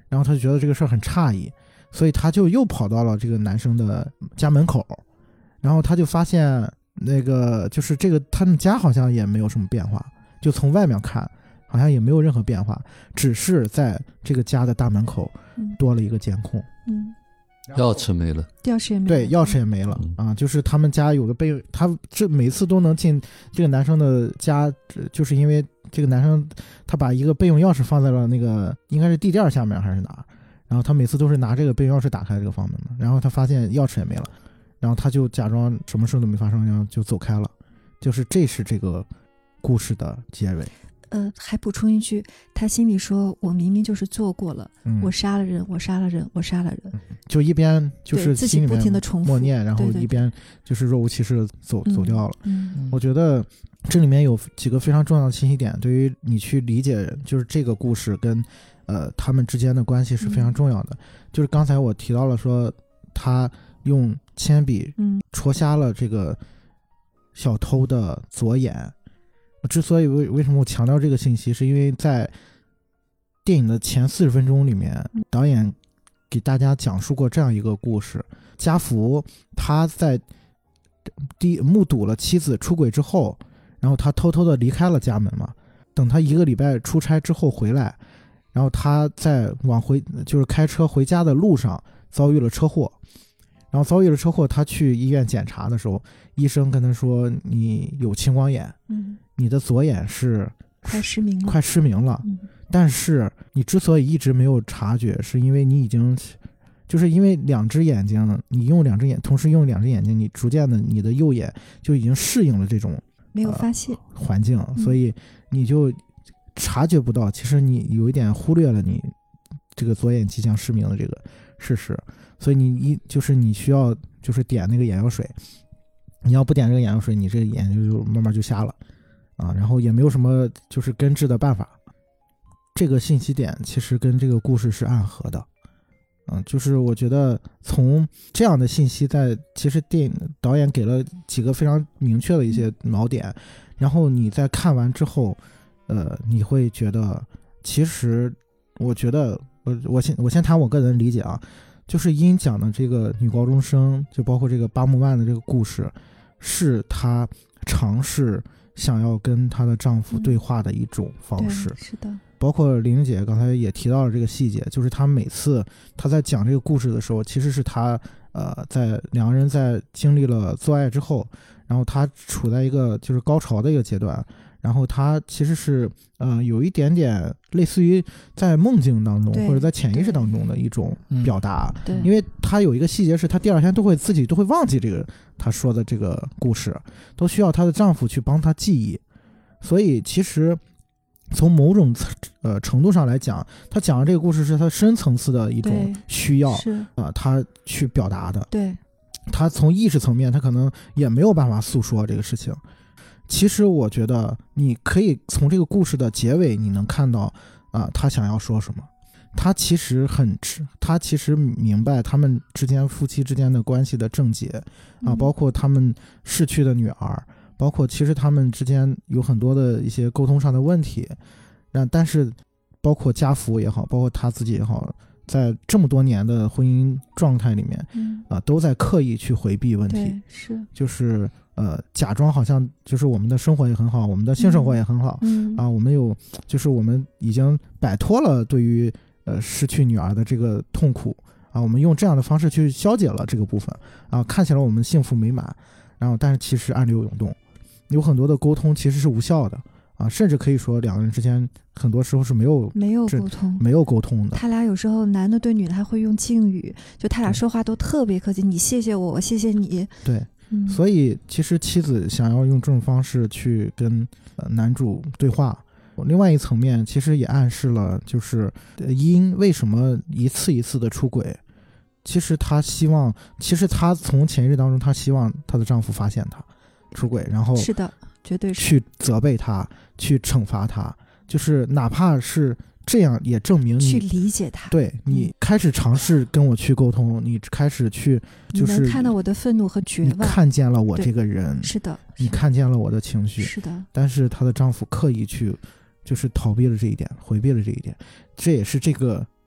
然后她就觉得这个事儿很诧异，所以她就又跑到了这个男生的家门口，然后她就发现那个就是这个他们家好像也没有什么变化，就从外面看好像也没有任何变化，只是在这个家的大门口多了一个监控。 嗯， 钥匙没了， 钥匙也没了， 对，钥匙也没了、嗯、啊！就是他们家有个备用，他这每次都能进这个男生的家，就是因为这个男生他把一个备用钥匙放在了那个应该是地垫下面还是哪，然后他每次都是拿这个备用钥匙打开这个房门的，然后他发现钥匙也没了，然后他就假装什么事都没发生，然后就走开了。就是这是这个故事的结尾。 呃，还补充一句，他心里说我明明就是做过了、 嗯、 我杀了人我杀了人我杀了人、嗯、 就一边就是心里面自己不停的重复默念，然后一边就是若无其事的走对对对走掉了、 嗯、 我觉得这里面有几个非常重要的信息点，对于你去理解就是这个故事跟呃他们之间的关系是非常重要的、嗯、就是刚才我提到了说他用铅笔戳瞎了这个小偷的左眼。之所以为为什么我强调这个信息，是因为在电影的前四十分钟里面，导演给大家讲述过这样一个故事：家福他在第目睹了妻子出轨之后，然后他偷偷的离开了家门嘛。等他一个礼拜出差之后回来，然后他在往回就是开车回家的路上遭遇了车祸。然后遭遇了车祸，他去医院检查的时候，医生跟他说你有青光眼，嗯，你的左眼是快失明了， 快失明了、嗯、但是你之所以一直没有察觉，是因为你已经就是因为两只眼睛，你用两只眼同时用两只眼睛，你逐渐的你的右眼就已经适应了这种没有发现、 呃、环境、嗯、所以你就察觉不到，其实你有一点忽略了你这个左眼即将失明的这个事实。所以你一就是你需要就是点那个眼药水，你要不点这个眼药水，你这个眼睛就慢慢就瞎了啊，然后也没有什么就是根治的办法。这个信息点其实跟这个故事是暗合的，嗯，就是我觉得从这样的信息在其实电影导演给了几个非常明确的一些锚点，然后你在看完之后，呃，你会觉得其实我觉得我我先我先谈我个人理解啊。就是因讲的这个女高中生，就包括这个八木曼的这个故事，是她尝试想要跟她的丈夫对话的一种方式。 嗯、是的， 包括玲玲姐刚才也提到了这个细节，就是她每次她在讲这个故事的时候，其实是她呃在两个人在经历了做爱之后，然后她处在一个就是高潮的一个阶段。然后他其实是呃有一点点类似于在梦境当中或者在潜意识当中的一种表达，因为他有一个细节是他第二天都会自己都会忘记这个他说的这个故事，都需要她的丈夫去帮她记忆。所以其实从某种呃程度上来讲，他讲的这个故事是他深层次的一种需要啊、呃，他去表达的。 对， 他从意识层面他可能也没有办法诉说这个事情。其实我觉得你可以从这个故事的结尾你能看到啊、呃，他想要说什么。他其实很他其实明白他们之间夫妻之间的关系的症结啊，包括他们逝去的女儿，包括其实他们之间有很多的一些沟通上的问题。那但是包括家福也好，包括他自己也好，在这么多年的婚姻状态里面、嗯、啊，都在刻意去回避问题， 是就是呃，假装好像就是我们的生活也很好，我们的性生活也很好， 嗯啊，我们有就是我们已经摆脱了对于呃失去女儿的这个痛苦啊，我们用这样的方式去消解了这个部分啊，看起来我们幸福美满，然后但是其实暗流涌动，有很多的沟通其实是无效的啊，甚至可以说两个人之间很多时候是没有没有沟通没有沟通的。 他俩有时候男的对女的还会用敬语，就他俩说话都特别客气，你谢谢我，我谢谢你。 对。嗯、所以其实妻子想要用这种方式去跟、呃、男主对话，另外一层面其实也暗示了就是因为什么一次一次的出轨，其实她希望其实她从潜意识当中她希望她的丈夫发现她出轨，然后是的，绝对是去责备她，去惩罚她，就是哪怕是这样也证明你去理解他， 对你开始尝试跟我去沟通、嗯、你开始去就是你能看到我的愤怒和绝望， 你看见了我这个人， 是的， 你看见了我的情绪， 是的。 但是她的丈夫刻意去就是逃避了这一点，回避了这一点，这也是这个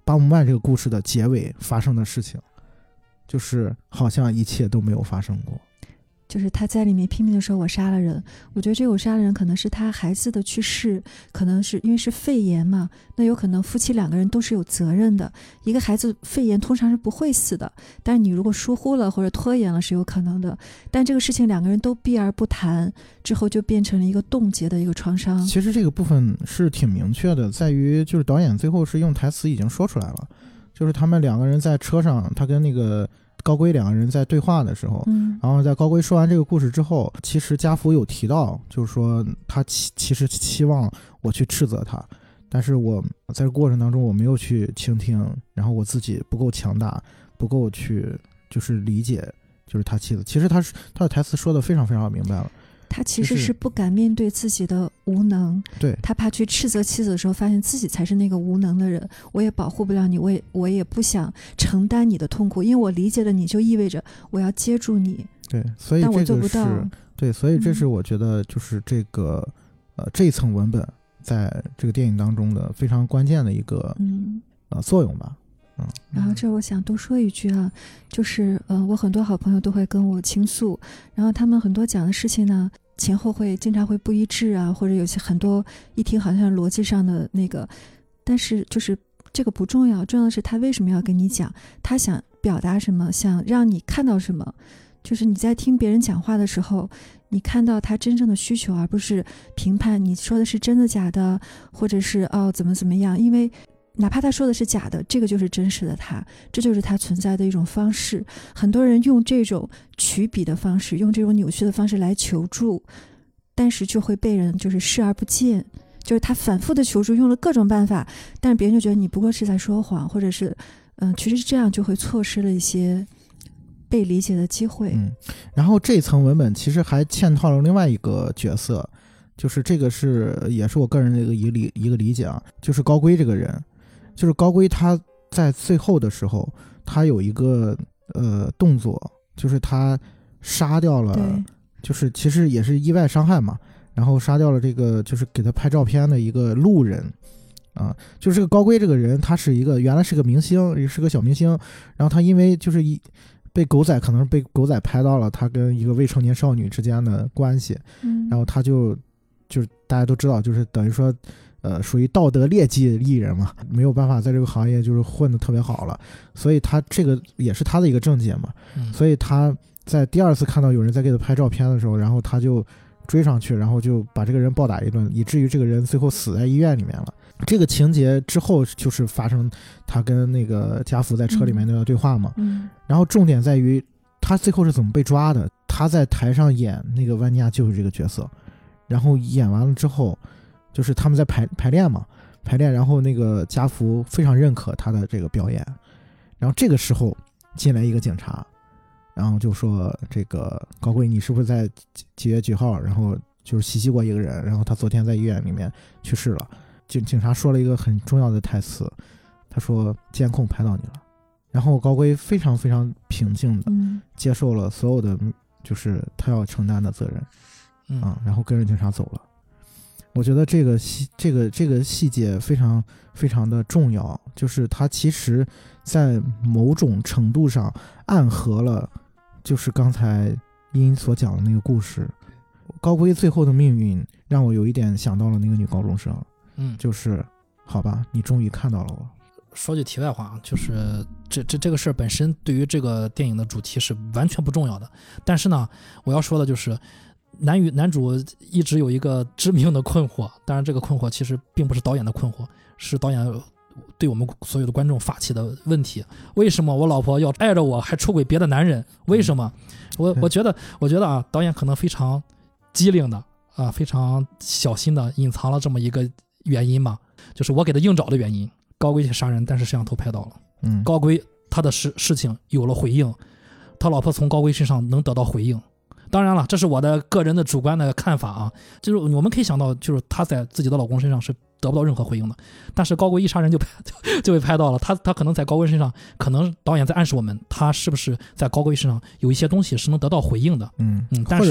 巴姆曼这个故事的结尾发生的事情，就是好像一切都没有发生过。 就是他在里面拼命的说我杀了人，我觉得这个我杀了人可能是他孩子的去世，可能是因为是肺炎嘛，那有可能夫妻两个人都是有责任的，一个孩子肺炎通常是不会死的，但是你如果疏忽了或者拖延了是有可能的，但这个事情两个人都避而不谈，之后就变成了一个冻结的一个创伤。 其实这个部分是挺明确的，在于就是导演最后是用台词已经说出来了，就是他们两个人在车上，他跟那个高圭两个人在对话的时候， 嗯， 然后在高圭说完这个故事之后，其实家福有提到，就是说他其其实期望我去斥责他，但是我在这个过程当中我没有去倾听，然后我自己不够强大，不够去就是理解，就是他妻子。其实他是他的台词说的非常非常明白了。 他其实是不敢面对自己的无能， 对， 他怕去斥责妻子的时候发现自己才是那个无能的人，我也保护不了你，我也我也不想承担你的痛苦，因为我理解了你就意味着我要接住你， 对，所以这个是， 但我做不到， 对，所以这是我觉得就是这个、嗯、呃这一层文本在这个电影当中的非常关键的一个、嗯、呃作用吧。嗯， 然后这我想多说一句啊，就是呃，我很多好朋友都会跟我倾诉，然后他们很多讲的事情呢，前后会经常会不一致啊，或者有些很多一听好像逻辑上的那个，但是就是这个不重要，重要的是他为什么要跟你讲，他想表达什么，想让你看到什么，就是你在听别人讲话的时候，你看到他真正的需求，而不是评判你说的是真的假的，或者是哦怎么怎么样，因为哪怕他说的是假的，这个就是真实的他，这就是他存在的一种方式。很多人用这种曲笔的方式，用这种扭曲的方式来求助，但是就会被人就是视而不见，就是他反复的求助，用了各种办法，但是别人就觉得你不过是在说谎，或者是嗯，其实这样就会错失了一些被理解的机会。 嗯，然后这层文本其实还嵌套了另外一个角色，就是这个是也是我个人的一个一个理一个理解啊，就是高圭这个人。就是高圭他在最后的时候，他有一个呃动作，就是他杀掉了，就是其实也是意外伤害嘛，然后杀掉了这个就是给他拍照片的一个路人啊，就是这个高圭这个人，他是一个原来是个明星，也是个小明星，然后他因为就是一被狗仔可能被狗仔拍到了他跟一个未成年少女之间的关系， 嗯， 然后他就就是大家都知道，就是等于说。呃，属于道德劣迹艺人嘛，没有办法在这个行业就是混得特别好了，所以他这个也是他的一个症结嘛、嗯、所以他在第二次看到有人在给他拍照片的时候，然后他就追上去，然后就把这个人暴打一顿，以至于这个人最后死在医院里面了。这个情节之后就是发生他跟那个家福在车里面那段对话嘛、 嗯、 然后重点在于他最后是怎么被抓的。他在台上演那个万尼亚就是这个角色，然后演完了之后就是他们在排排练嘛，排练，然后那个家福非常认可他的这个表演，然后这个时候进来一个警察，然后就说这个高圭你是不是在几月几号，然后就是袭击过一个人，然后他昨天在医院里面去世了。警警察说了一个很重要的台词，他说监控拍到你了，然后高圭非常非常平静的接受了所有的就是他要承担的责任、 嗯、 啊，然后跟着警察走了。我觉得这个细这个这个细节非常非常的重要，就是它其实在某种程度上暗合了就是刚才殷所讲的那个故事。高圭最后的命运让我有一点想到了那个女高中生， 嗯， 就是好吧，你终于看到了我。 说句题外话，就是这这这个事儿本身对于这个电影的主题是完全不重要的，但是呢，我要说的就是男与男主一直有一个致命的困惑，当然这个困惑其实并不是导演的困惑，是导演对我们所有的观众发起的问题。为什么我老婆要爱着我还出轨别的男人？为什么？我我觉得我觉得啊，导演可能非常机灵的啊，非常小心的隐藏了这么一个原因吧，就是我给他硬找的原因。高圭去杀人，但是摄像头拍到了， 嗯，高圭他的事事情有了回应，他老婆从高圭身上能得到回应。当然了，这是我的个人的主观的看法啊，就是我们可以想到，就是她在自己的老公身上是得不到任何回应的，但是高圭一杀人就就就被拍到了，他他可能在高圭身上，可能导演在暗示我们，他是不是在高圭身上有一些东西是能得到回应的， 嗯嗯，但是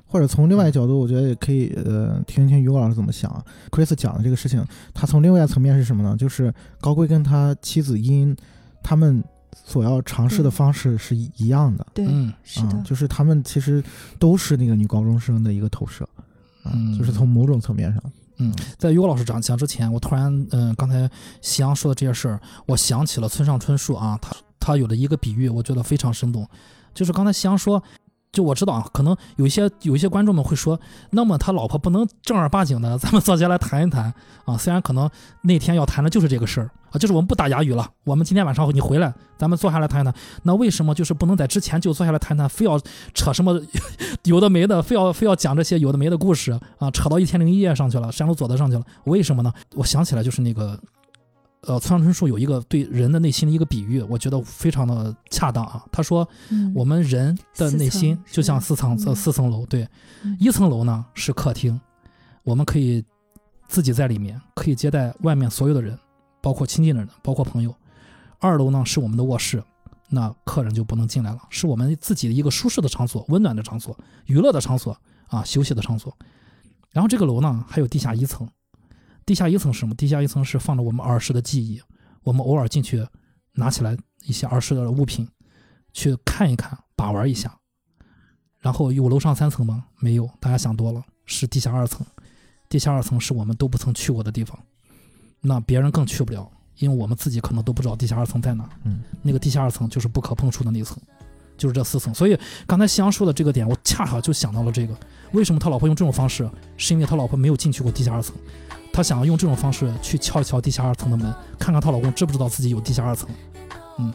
或者从另外一角度，我觉得也可以呃听一听于果老师怎么想。Chris 讲的这个事情，他从另外一层面是什么呢？就是高贵跟他妻子殷他们所要尝试的方式是一样的。 对， 嗯， 是的、 嗯，就是他们其实都是那个女高中生的一个投射， 嗯， 就是从某种层面上。 嗯，在于果老师讲讲之前，我突然嗯、呃，刚才夕阳说的这些事儿，我想起了村上春树啊，他他有的一个比喻，我觉得非常生动，就是刚才夕阳说。就我知道啊，可能有一些有一些观众们会说，那么他老婆不能正儿八经的，咱们坐下来谈一谈啊。虽然可能那天要谈的就是这个事儿啊，就是我们不打哑语了，我们今天晚上你回来，咱们坐下来谈一谈。那为什么就是不能在之前就坐下来谈谈，非要扯什么有的没的，非要非要讲这些有的没的故事啊，扯到一千零一夜上去了，山鲁佐德上去了？为什么呢？我想起来就是那个。呃，村上春树有一个对人的内心的一个比喻，我觉得非常的恰当啊。他说，嗯、我们人的内心就像四层四四层楼，对，嗯、一层楼呢是客厅，我们可以自己在里面，可以接待外面所有的人，包括亲近的人，包括朋友。二楼呢是我们的卧室，那客人就不能进来了，是我们自己的一个舒适的场所、温暖的场所、娱乐的场所啊，休息的场所。然后这个楼呢还有地下一层。地下一层是什么？地下一层是放着我们儿时的记忆，我们偶尔进去拿起来一些儿时的物品去看一看，把玩一下。然后有楼上三层吗？没有，大家想多了，是地下二层。地下二层是我们都不曾去过的地方，那别人更去不了，因为我们自己可能都不知道地下二层在哪。嗯，那个地下二层就是不可碰触的那层，就是这四层。所以刚才夕阳说的这个点，我恰好就想到了这个。为什么他老婆用这种方式？是因为他老婆没有进去过地下二层。他想要用这种方式去敲一敲地下二层的门，看看她老公知不知道自己有地下二层。嗯，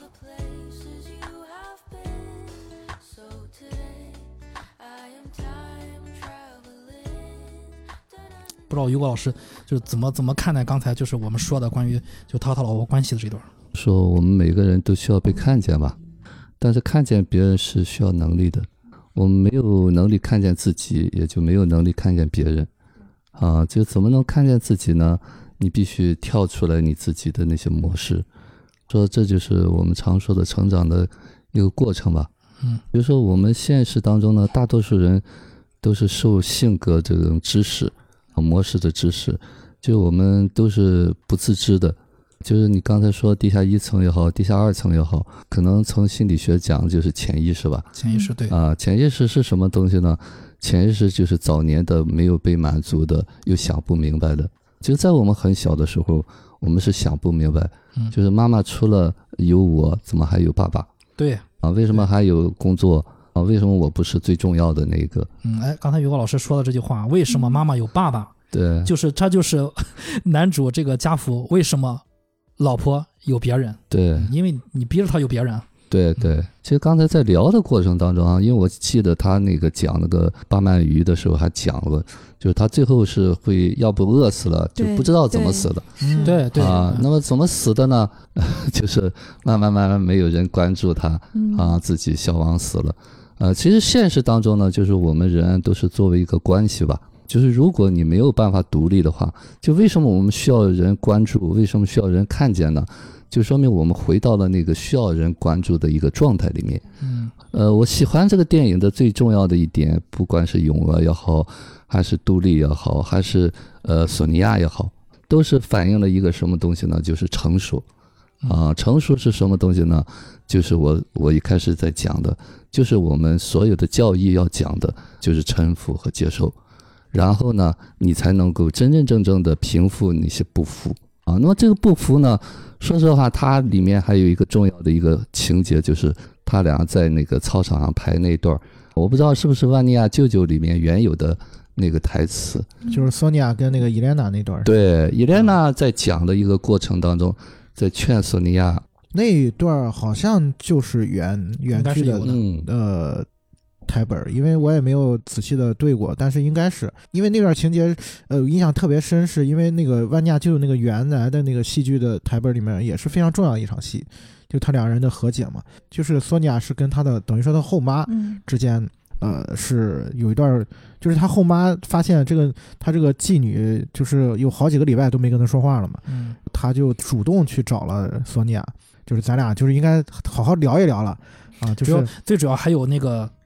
不知道于果老师就是怎么怎么看待刚才就是我们说的关于就他和他老婆关系的这段。 说我们每个人都需要被看见吧，但是看见别人是需要能力的。我们没有能力看见自己，也就没有能力看见别人。啊，就怎么能看见自己呢？你必须跳出来你自己的那些模式，说这就是我们常说的成长的一个过程吧。嗯，比如说我们现实当中呢，大多数人都是受性格这种知识啊模式的知识，就我们都是不自知的。就是你刚才说地下一层也好，地下二层也好，可能从心理学讲就是潜意识吧。 潜意识对啊，潜意识是什么东西呢？潜意识就是早年的没有被满足的，又想不明白的。就在我们很小的时候，我们是想不明白，嗯、就是妈妈除了有我，怎么还有爸爸？ 对啊，为什么还有工作啊？为什么我不是最重要的那个？ 嗯，哎，刚才于果老师说的这句话，为什么妈妈有爸爸？ 对， 就是他就是男主这个家父，为什么老婆有别人？ 对， 因为你逼着他有别人。 对对，其实刚才在聊的过程当中啊，因为我记得他那个讲那个巴鳗鱼的时候还讲了，就是他最后是会要不饿死了，就不知道怎么死的。 对对啊，那么怎么死的呢？就是慢慢慢慢没有人关注他啊，自己消亡死了。呃，其实现实当中呢，就是我们人都是作为一个关系吧。就是如果你没有办法独立的话，就为什么我们需要人关注？为什么需要人看见呢？就说明我们回到了那个需要人关注的一个状态里面。嗯，呃，我喜欢这个电影的最重要的一点，不管是咏鹅也好，还是杜丽也好，还是呃索尼娅也好，都是反映了一个什么东西呢？就是成熟。啊，成熟是什么东西呢？就是我我一开始在讲的，就是我们所有的教义要讲的，就是臣服和接受。然后呢，你才能够真真正正的平复那些不服啊。那么这个不服呢，说实话，它里面还有一个重要的一个情节，就是他俩在那个操场上排那段，我不知道是不是万尼亚舅舅里面原有的那个台词， 就是索尼娅跟那个伊莲娜那段。 对，伊莲娜在讲的一个过程当中，在劝索尼娅那一段，好像就是原原剧的嗯呃。台本，因为我也没有仔细的对过，但是应该是因为那段情节，呃，印象特别深，是因为那个万尼亚就有那个原来的那个戏剧的台本里面也是非常重要的一场戏，就他两人的和解嘛，就是索尼娅是跟他的等于说他后妈之间，嗯、呃，是有一段，就是他后妈发现这个他这个妓女就是有好几个礼拜都没跟他说话了嘛，嗯，他就主动去找了索尼娅，就是咱俩就是应该好好聊一聊了啊，就是最主要还有那个。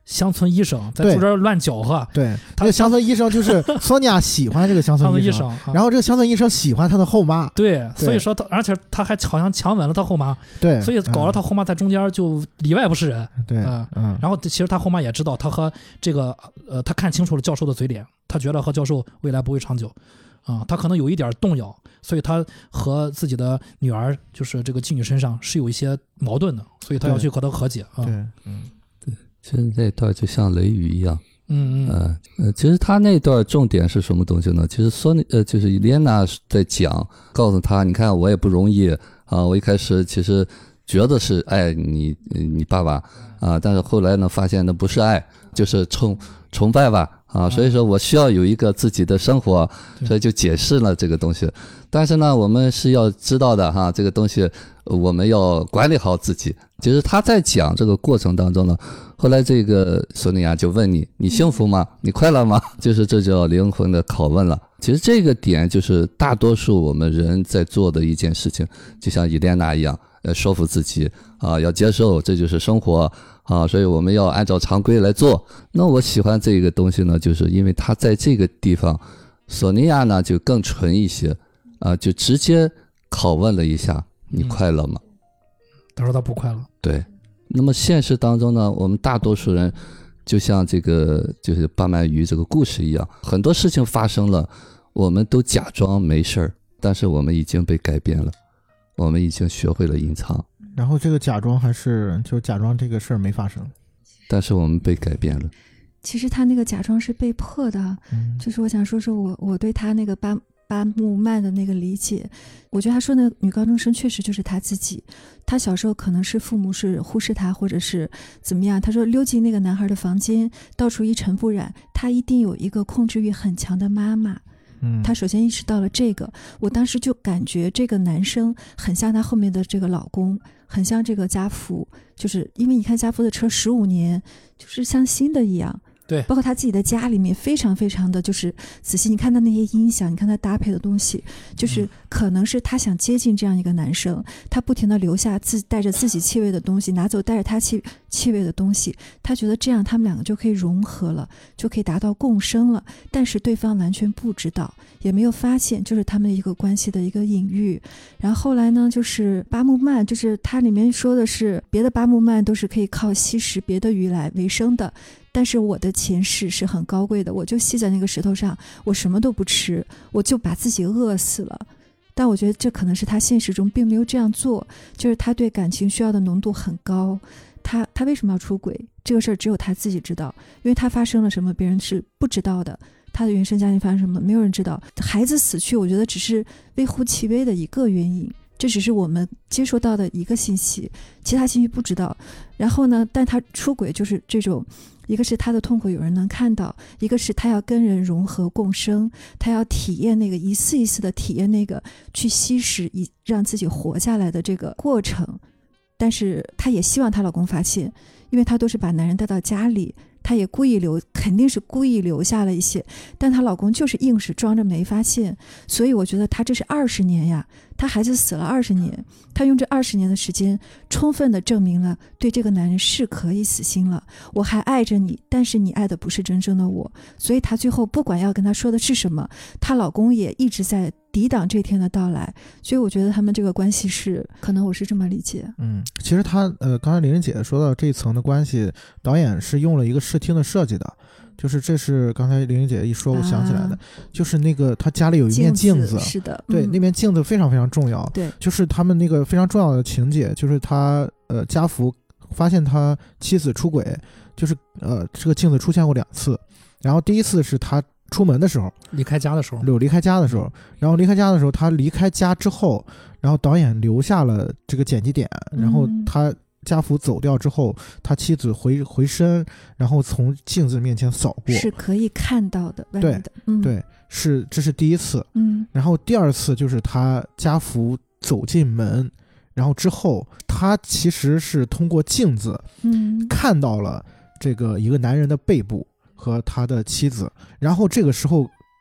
乡村医生在中间乱搅和。 对，他的乡村医生就是索尼娅喜欢这个乡村医生， 医生啊、 然后这个乡村医生喜欢他的后妈。 对， 对所以说他，而且他还好像强吻了他后妈。 对， 所以搞得他后妈在中间就里外不是人。 对， 嗯嗯。 然后其实他后妈也知道，他和这个呃，他看清楚了教授的嘴脸，他觉得和教授未来不会长久。啊、嗯，他可能有一点动摇，所以他和自己的女儿，就是这个妓女身上是有一些矛盾的，所以他要去和他和解啊。 对，嗯， 对，其实那段就像雷雨一样。 嗯嗯呃呃，其实他那段重点是什么东西呢？其实索尼呃，就是伊莲娜在讲，告诉他，你看我也不容易啊，我一开始其实觉得是爱你你爸爸啊，但是后来呢，发现那不是爱，就是崇崇拜吧。啊，所以说我需要有一个自己的生活，所以就解释了这个东西。但是呢，我们是要知道的哈，这个东西我们要管理好自己。其实他在讲这个过程当中呢，后来这个索尼娅就问你，你幸福吗？你快乐吗？就是这叫灵魂的拷问了。其实这个点就是大多数我们人在做的一件事情，就像伊莲娜一样，呃，说服自己啊，要接受这就是生活。啊，所以我们要按照常规来做。那我喜欢这个东西呢，就是因为它在这个地方，索尼娅呢就更纯一些，啊，就直接拷问了一下，你快乐吗？ 他说他不快乐。 对。那么现实当中呢，我们大多数人就像这个就是巴曼鱼这个故事一样，很多事情发生了，我们都假装没事儿，但是我们已经被改变了，我们已经学会了隐藏。 然后这个假装还是就假装这个事儿没发生， 但是我们被改变了。 其实他那个假装是被迫的，嗯、就是我想说说我我对他那个巴巴木曼的那个理解，我觉得他说那个女高中生确实就是他自己，他小时候可能是父母是忽视他或者是怎么样，他说溜进那个男孩的房间，到处一尘不染，他一定有一个控制欲很强的妈妈。他首先意识到了这个，我当时就感觉这个男生很像他后面的这个老公，很像这个家福，就是因为你看家福的车十五年就是像新的一样， 对， 包括他自己的家里面非常非常的就是仔细，你看他那些音响，你看他搭配的东西，就是可能是他想接近这样一个男生，他不停的留下自带着自己气味的东西，拿走带着他气气味的东西，他觉得这样他们两个就可以融合了，就可以达到共生了，但是对方完全不知道，也没有发现，就是他们一个关系的一个隐喻。然后后来呢，就是巴木曼，就是它里面说的是别的巴木曼都是可以靠吸食别的鱼来为生的，但是我的前世是很高贵的，我就吸在那个石头上，我什么都不吃，我就把自己饿死了。但我觉得这可能是他现实中并没有这样做，就是他对感情需要的浓度很高。他他为什么要出轨？这个事儿只有他自己知道，因为他发生了什么别人是不知道的，他的原生家庭发生什么没有人知道。孩子死去我觉得只是微乎其微的一个原因，这只是我们接收到的一个信息，其他信息不知道。然后呢，但他出轨就是这种，一个是他的痛苦有人能看到，一个是他要跟人融合共生，他要体验那个一次一次的体验那个去吸食以让自己活下来的这个过程。但是她也希望她老公发现，因为她都是把男人带到家里，她也故意留，肯定是故意留下了一些，但她老公就是硬是装着没发现。所以我觉得她这是二十年呀，她孩子死了二十年，她用这二十年的时间充分的证明了对这个男人是可以死心了，我还爱着你，但是你爱的不是真正的我。所以她最后不管要跟她说的是什么，她老公也一直在抵挡这天的到来。所以我觉得他们这个关系是，可能我是这么理解。 嗯，其实他呃，刚才玲玲姐说到这一层的关系，导演是用了一个视听的设计的，就是这是刚才玲玲姐一说我想起来的、啊、就是那个他家里有一面镜子， 镜子是的， 对、嗯、那面镜子非常非常重要， 对， 就是他们那个非常重要的情节，就是他呃家福发现他妻子出轨，就是呃这个镜子出现过两次，然后第一次是他出门的时候， 离开家的时候， 有离开家的时候，然后离开家的时候，他离开家之后，然后导演留下了这个剪辑点，然后他家福走掉之后，他妻子回回身，然后从镜子面前扫过， 是可以看到的，外面的， 对、嗯、对，是这是第一次， 嗯， 然后第二次就是他家福走进门，然后之后他其实是通过镜子， 嗯， 看到了这个一个男人的背部和他的妻子，然后这个时候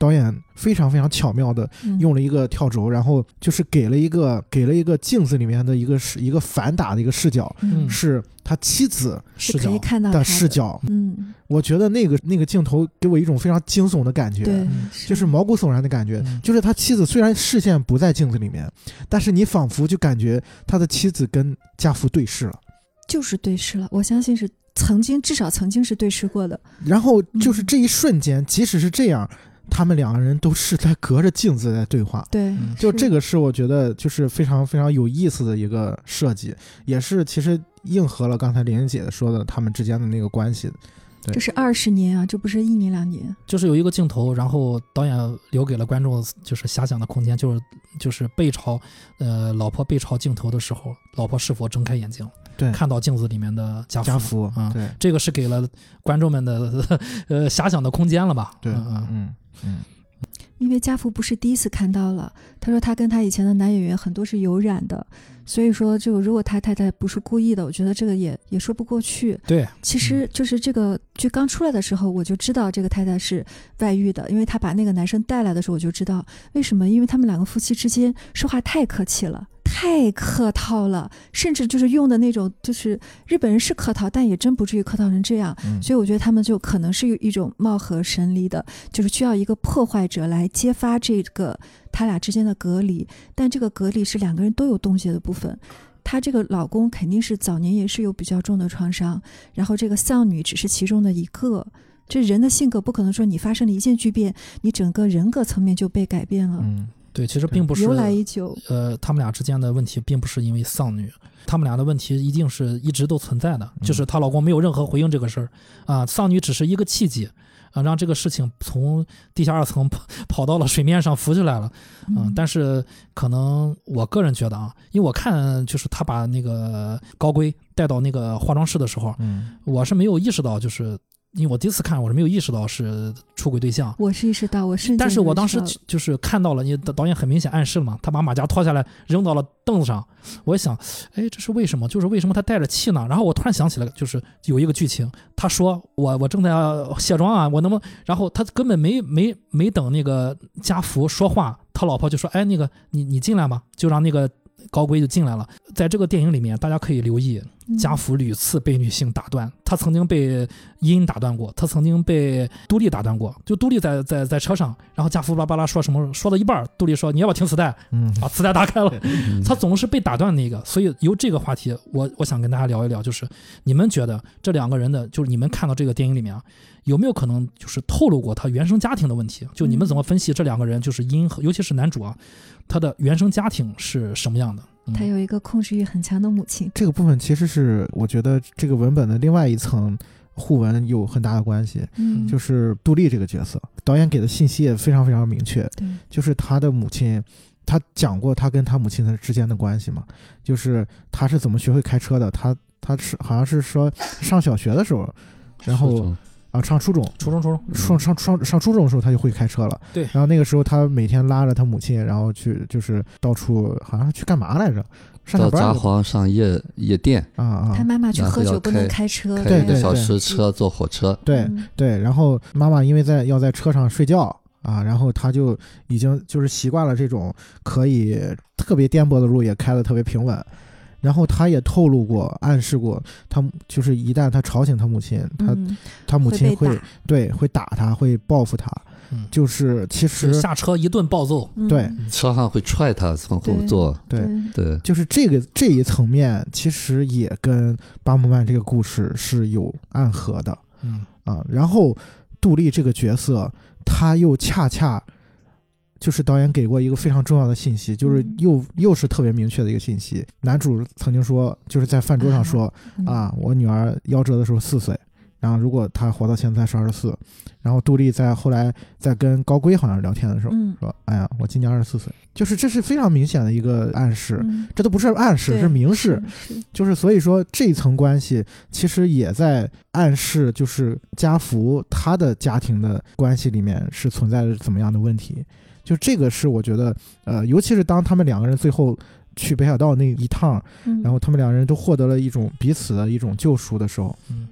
导演非常非常巧妙的用了一个跳轴，嗯、然后就是给了一个给了一个镜子里面的一个一个反打的一个视角，嗯、是他妻子视角的视角。 嗯， 我觉得那个那个镜头给我一种非常惊悚的感觉， 对， 就是毛骨悚然的感觉。嗯、就是他妻子虽然视线不在镜子里面，但是你仿佛就感觉他的妻子跟家福对视了， 就是对视了。我相信是曾经至少曾经是对视过的。 然后就是这一瞬间，嗯、即使是这样。他们两个人都是在隔着镜子在对话， 对， 就这个是我觉得就是非常非常有意思的一个设计，也是其实应和了刚才玲玲姐说的他们之间的那个关系。对， 这是二十年啊，这不是一年两年。 就是有一个镜头，然后导演留给了观众就是遐想的空间，就是就是背朝呃老婆背朝镜头的时候，老婆是否睁开眼睛？ 对， 看到镜子里面的家福， 家福啊， 对， 这个是给了观众们的呃遐想的空间了吧？ 对， 嗯嗯嗯。 因为家福不是第一次看到了，他说他跟他以前的男演员很多是有染的，所以说就如果他太太不是故意的，我觉得这个也也说不过去。 对， 其实就是这个剧刚出来的时候，我就知道这个太太是外遇的，因为他把那个男生带来的时候，我就知道为什么，因为他们两个夫妻之间说话太客气了。太客套了，甚至就是用的那种，就是日本人是客套，但也真不至于客套成这样。嗯、所以我觉得他们就可能是有一种貌合神离的，就是需要一个破坏者来揭发这个他俩之间的隔离。但这个隔离是两个人都有洞穴的部分。她这个老公肯定是早年也是有比较重的创伤，然后这个丧女只是其中的一个。这人的性格不可能说你发生了一件巨变，你整个人格层面就被改变了。 嗯。对，其实并不是由来已久。 呃，他们俩之间的问题并不是因为丧女，他们俩的问题一定是一直都存在的，嗯、就是她老公没有任何回应这个事儿啊，丧女只是一个契机啊，让这个事情从地下二层跑到了水面上浮起来了，嗯、啊，但是可能我个人觉得啊，因为我看就是他把那个高圭带到那个化妆室的时候，嗯，我是没有意识到就是。因为我第一次看我是没有意识到是出轨对象， 我是意识到，我是， 但是我当时就是看到了，你导演很明显暗示了嘛，他把马甲脱下来扔到了凳子上，我一想，哎，这是为什么？就是为什么他带着气呢？然后我突然想起来，就是有一个剧情，他说我我正在卸妆啊，我能不能？然后他根本没没没等那个家福说话，他老婆就说，哎，那个你你进来吧，就让那个。高圭就进来了。在这个电影里面，大家可以留意，家福屡次被女性打断，他曾经被殷打断过，他曾经被杜丽打断过。就杜丽在在在车上，然后家福巴拉巴拉说什么，说到一半，杜丽说你要不要听磁带？嗯，把磁带打开了。他总是被打断那个，所以由这个话题，我我想跟大家聊一聊，就是你们觉得这两个人的，就是你们看到这个电影里面啊，有没有可能就是透露过他原生家庭的问题？就你们怎么分析这两个人，就是殷和，尤其是男主啊，他的原生家庭是什么样的？嗯、 他有一个控制欲很强的母亲。 这个部分其实是我觉得这个文本的另外一层互文有很大的关系，嗯，就是杜丽这个角色，导演给的信息也非常非常明确，对，就是他的母亲。他讲过他跟他母亲的之间的关系嘛，就是他是怎么学会开车的，他他是好像是说上小学的时候，然后啊上初中初中初中上上上上初中的时候他就会开车了， 对， 然后那个时候他每天拉着他母亲，然后去就是到处好像是去干嘛来着，上到札幌上夜夜店啊啊， 他妈妈去喝酒不能开车， 开一个小时车坐火车， 对、 嗯、 对，然后妈妈因为在要在车上睡觉。啊，然后他就已经就是习惯了这种可以特别颠簸的路也开得特别平稳，然后他也透露过暗示过他就是一旦他吵醒他母亲，他、嗯、他母亲会, 会对会打他，会报复他，嗯、就是其实下车一顿暴揍， 对、 嗯、 车上会踹他从后座， 对对, 对， 就是这个这一层面其实也跟巴姆曼这个故事是有暗合的， 嗯啊，然后杜丽这个角色。他又恰恰就是导演给过一个非常重要的信息，就是又又是特别明确的一个信息。男主曾经说，就是在饭桌上说啊，我女儿夭折的时候四岁，然后如果她活到现在是二十四，然后杜丽在后来在跟高圭好像聊天的时候说，哎呀，我今年二十四岁，就是这是非常明显的一个暗示，这都不是暗示，是明示，就是所以说这一层关系其实也在暗示，就是家福他的家庭的关系里面是存在着怎么样的问题。就这个是我觉得呃，尤其是当他们两个人最后去北海道那一趟，然后他们两个人都获得了一种彼此的一种救赎的时候，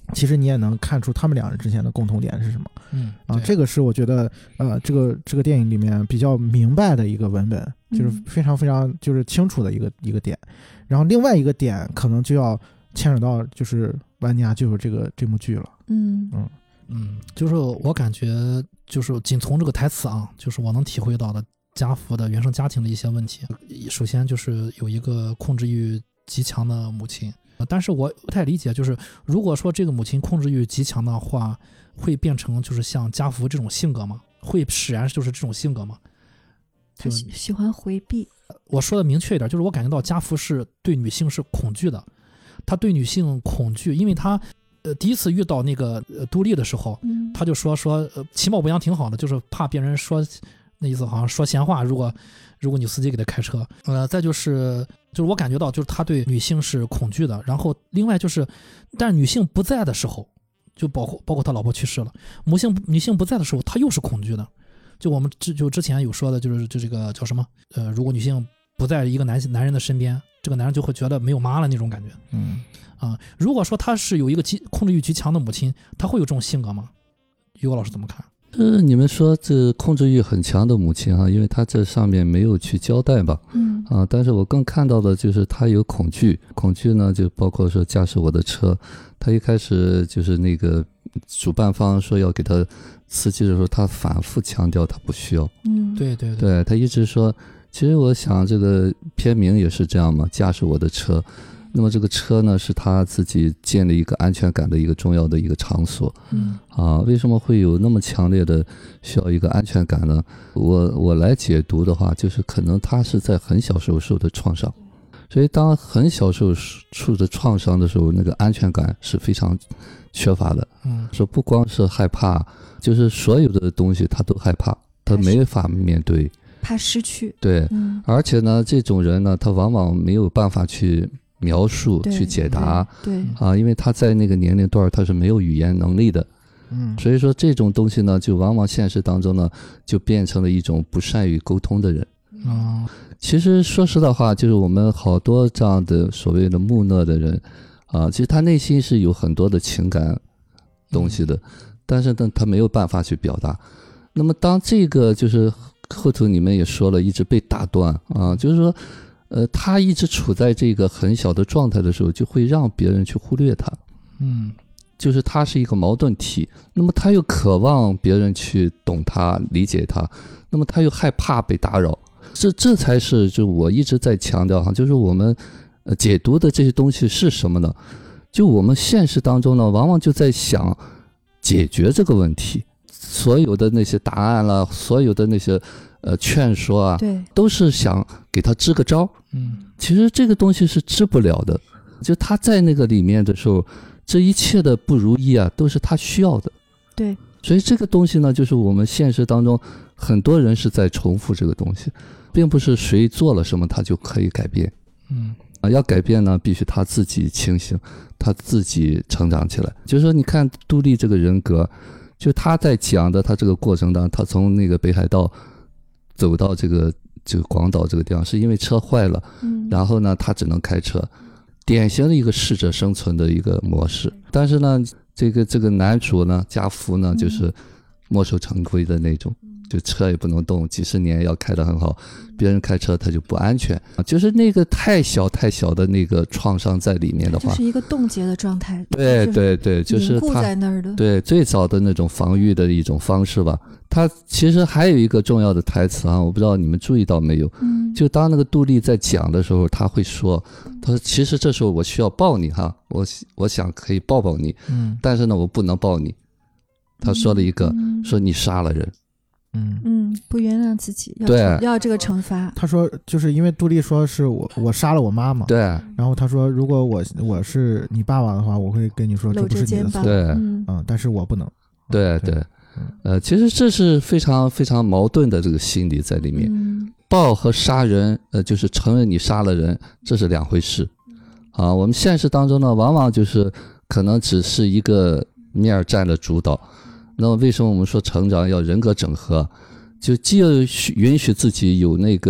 其实你也能看出他们两人之间的共同点是什么。 嗯啊，这个是我觉得呃，这个这个电影里面比较明白的一个文本，就是非常非常就是清楚的一个一个点。然后另外一个点可能就要牵扯到就是玩家就是这个这幕剧了。 嗯嗯嗯，就是我感觉就是仅从这个台词啊，就是我能体会到的家福的原生家庭的一些问题。首先就是有一个控制欲极强的母亲。但是我不太理解，就是如果说这个母亲控制欲极强的话，会变成就是像家福这种性格吗？会使然就是这种性格吗？ 他喜喜欢回避。 我说的明确一点，就是我感觉到家福是对女性是恐惧的，他对女性恐惧，因为他呃第一次遇到那个呃杜丽的时候， 嗯， 他就说说呃其貌不扬挺好的，就是怕别人说那意思好像说闲话，如果如果女司机给他开车，呃，再就是就是我感觉到就是他对女性是恐惧的，然后另外就是，但是女性不在的时候，就包括包括他老婆去世了，母性女性不在的时候，他又是恐惧的。就我们之就之前有说的，就是就这个叫什么呃，如果女性不在一个男男人的身边，这个男人就会觉得没有妈了那种感觉。 嗯啊，如果说他是有一个极控制欲极强的母亲，他会有这种性格吗？于果老师怎么看？ 呃，你们说这控制欲很强的母亲啊，因为她这上面没有去交代吧， 嗯啊，但是我更看到的就是她有恐惧，恐惧呢就包括说驾驶我的车，她一开始就是那个主办方说要给她司机的时候，她反复强调她不需要， 嗯， 对对对， 对，她一直说，其实我想这个片名也是这样嘛，驾驶我的车。那么这个车呢，是他自己建立一个安全感的一个重要的一个场所。 嗯啊，为什么会有那么强烈的需要一个安全感呢？我我来解读的话，就是可能他是在很小时候受的创伤，所以当很小时候受的创伤的时候，那个安全感是非常缺乏的。 嗯， 说不光是害怕，就是所有的东西他都害怕，他没法面对， 怕失去。 对， 嗯， 而且呢，这种人呢，他往往没有办法去描述去解答， 对啊，因为他在那个年龄段他是没有语言能力的， 嗯， 所以说这种东西呢，就往往现实当中呢，就变成了一种不善于沟通的人。 啊， 其实说实在话，就是我们好多这样的所谓的木讷的人，啊，其实他内心是有很多的情感东西的，但是呢，他没有办法去表达。那么当这个就是后头你们也说了，一直被打断啊，就是说。呃，他一直处在这个很小的状态的时候，就会让别人去忽略他。 嗯， 就是他是一个矛盾体，那么他又渴望别人去懂他、理解他，那么他又害怕被打扰。这这才是就我一直在强调哈，就是我们呃解读的这些东西是什么呢？就我们现实当中呢，往往就在想解决这个问题，所有的那些答案了，所有的那些呃劝说啊， 对， 都是想给他支个招。 嗯， 其实这个东西是治不了的，就他在那个里面的时候，这一切的不如意啊，都是他需要的。 对， 所以这个东西呢，就是我们现实当中很多人是在重复这个东西，并不是谁做了什么他就可以改变。 嗯啊，要改变呢，必须他自己清醒，他自己成长起来。就是说，你看杜丽这个人格，就他在讲的他这个过程当中，他从那个北海道走到这个这个广岛这个地方，是因为车坏了， 嗯， 然后呢，他只能开车，典型的一个适者生存的一个模式。但是呢，这个这个男主呢，家福呢，就是墨守成规的那种，就车也不能动，几十年要开得很好，别人开车他就不安全，就是那个太小太小的那个创伤在里面的话， 就是一个冻结的状态。 对对对，就是凝固他在那儿的。 对最早的那种防御的一种方式吧。他其实还有一个重要的台词啊，我不知道你们注意到没有， 嗯， 就当那个杜丽在讲的时候，他会说，他说其实这时候我需要抱你哈，我我想可以抱抱你， 嗯但是呢我不能抱你。他说了一个， 嗯说你杀了人， 嗯， 嗯，不原谅自己，要对惩要这个惩罚。 他说就是因为杜丽说是我我杀了我妈妈， 对然后他说如果我我是你爸爸的话，我会跟你说这搂不是你着肩膀， 的错， 对嗯嗯，但是我不能， 对对对， 呃，其实这是非常非常矛盾的这个心理在里面。 嗯抱和杀人，呃，就是承认你杀了人，这是两回事。啊，我们现实当中呢，往往就是可能只是一个面占了主导。那么为什么我们说成长要人格整合？就既要允许自己有那个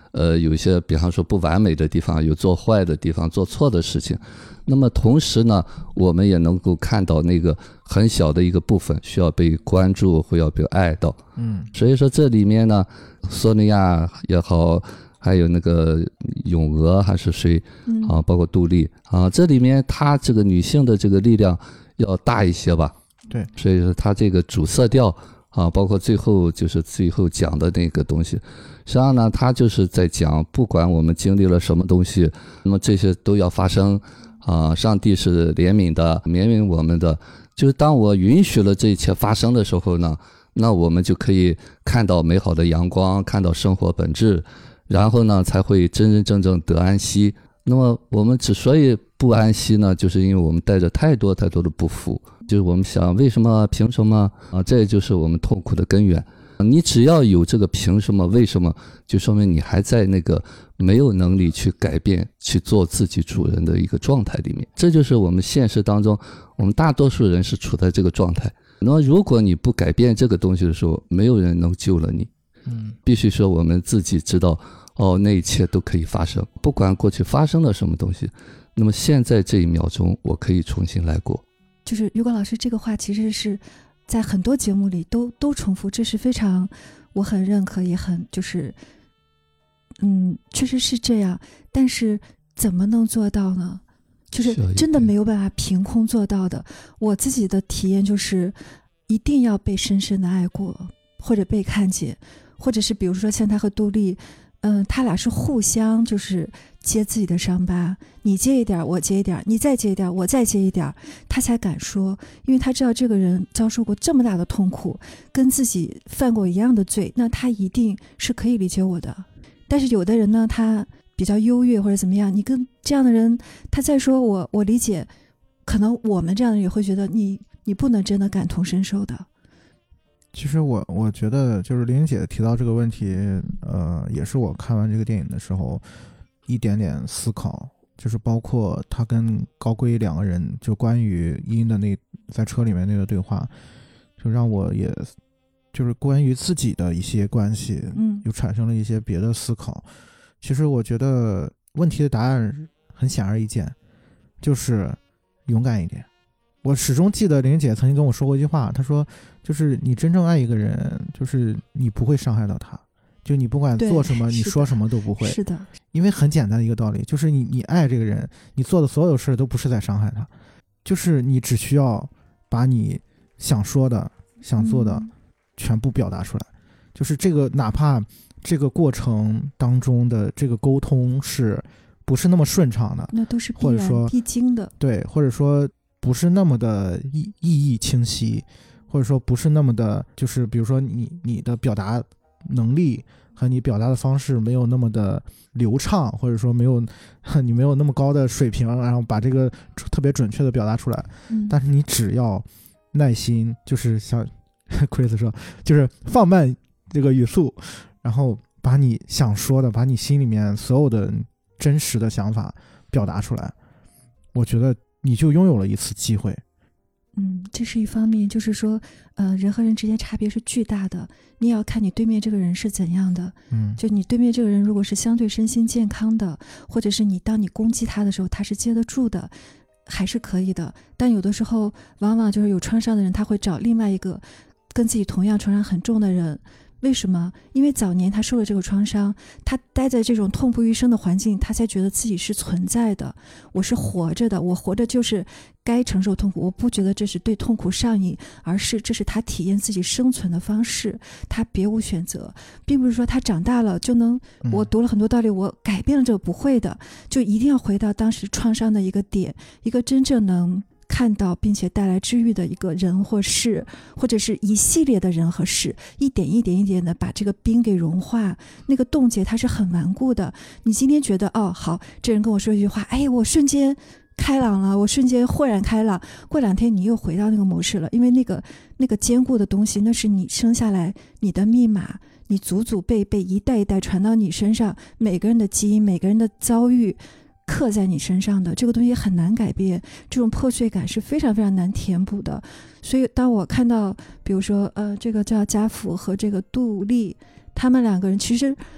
呃有一些比方说不完美的地方，有做坏的地方，做错的事情。那么同时呢，我们也能够看到那个很小的一个部分需要被关注，会要被爱到。 嗯， 所以说这里面呢，索尼娅也好，还有那个咏娥还是谁啊，包括杜丽啊，这里面她这个女性的这个力量要大一些吧。 对， 所以说她这个主色调啊，包括最后就是最后讲的那个东西，实际上呢，她就是在讲，不管我们经历了什么东西，那么这些都要发生啊。上帝是怜悯的，怜悯我们的。就是当我允许了这一切发生的时候呢，那我们就可以看到美好的阳光，看到生活本质，然后呢，才会真真正正得安息。那么我们之所以不安息呢，就是因为我们带着太多太多的不服，就是我们想为什么凭什么啊，这就是我们痛苦的根源。你只要有这个凭什么为什么，就说明你还在那个没有能力去改变去做自己主人的一个状态里面。这就是我们现实当中我们大多数人是处在这个状态。那么如果你不改变这个东西的时候，没有人能救了你。 嗯， 必须说我们自己知道，哦，那一切都可以发生，不管过去发生了什么东西，那么现在这一秒钟我可以重新来过。 就是雨果老师这个话其实是在很多节目里都都重复，这是非常我很认可，也很就是嗯，确实是这样。但是怎么能做到呢？就是真的没有办法凭空做到的。我自己的体验就是一定要被深深的爱过，或者被看见，或者是比如说像他和杜丽，嗯，他俩是互相就是接自己的伤疤，你接一点我接一点，你再接一点我再接一点，他才敢说。因为他知道这个人遭受过这么大的痛苦，跟自己犯过一样的罪，那他一定是可以理解我的。但是有的人呢，他比较优越或者怎么样，你跟这样的人他再说我我理解，可能我们这样的人也会觉得你你不能真的感同身受的。 其实我我觉得就是玲玲姐提到这个问题，呃，也是我看完这个电影的时候一点点思考，就是包括他跟高圭两个人就关于伊恩的那在车里面那个对话，就让我也就是关于自己的一些关系， 嗯， 又产生了一些别的思考。其实我觉得问题的答案很显而易见，就是勇敢一点。我始终记得玲玲姐曾经跟我说过一句话，她说就是你真正爱一个人，就是你不会伤害到他，就你不管做什么你说什么都不会。 是的， 因为很简单的一个道理，就是你你爱这个人，你做的所有事都不是在伤害他，就是你只需要把你想说的想做的全部表达出来。嗯，就是这个哪怕这个过程当中的这个沟通是不是那么顺畅的， 那都是必然必经的。对， 或者说不是那么的意意义清晰，或者说不是那么的，就是比如说你你的表达能力和你表达的方式没有那么的流畅，或者说没有你没有那么高的水平，然后把这个特别准确的表达出来。 嗯， 但是你只要耐心，就是像 Chris 说，就是放慢这个语速，然后把你想说的，把你心里面所有的真实的想法表达出来，我觉得你就拥有了一次机会。 嗯，这是一方面，就是说，呃，人和人之间差别是巨大的，你也要看你对面这个人是怎样的。 嗯， 就你对面这个人如果是相对身心健康的，或者是你当你攻击他的时候，他是接得住的，还是可以的。但有的时候，往往就是有创伤的人，他会找另外一个跟自己同样创伤很重的人。为什么？因为早年他受了这个创伤，他待在这种痛不欲生的环境，他才觉得自己是存在的，我是活着的，我活着就是该承受痛苦。我不觉得这是对痛苦上瘾，而是这是他体验自己生存的方式，他别无选择，并不是说他长大了就能，我读了很多道理，我改变了这个，不会的，就一定要回到当时创伤的一个点，一个真正能看到并且带来治愈的一个人或事，或者是一系列的人和事，一点一点一点的把这个冰给融化。那个冻结它是很顽固的，你今天觉得哦好，这人跟我说一句话，哎，我瞬间开朗了，我瞬间豁然开朗，过两天你又回到那个模式了。因为那个那个坚固的东西，那是你生下来你的密码，你祖祖辈辈一代一代传到你身上，每个人的基因，每个人的遭遇刻在你身上的，这个东西很难改变，这种破碎感是非常非常难填补的。所以当我看到比如说呃，这个叫家福和这个杜丽，他们两个人其实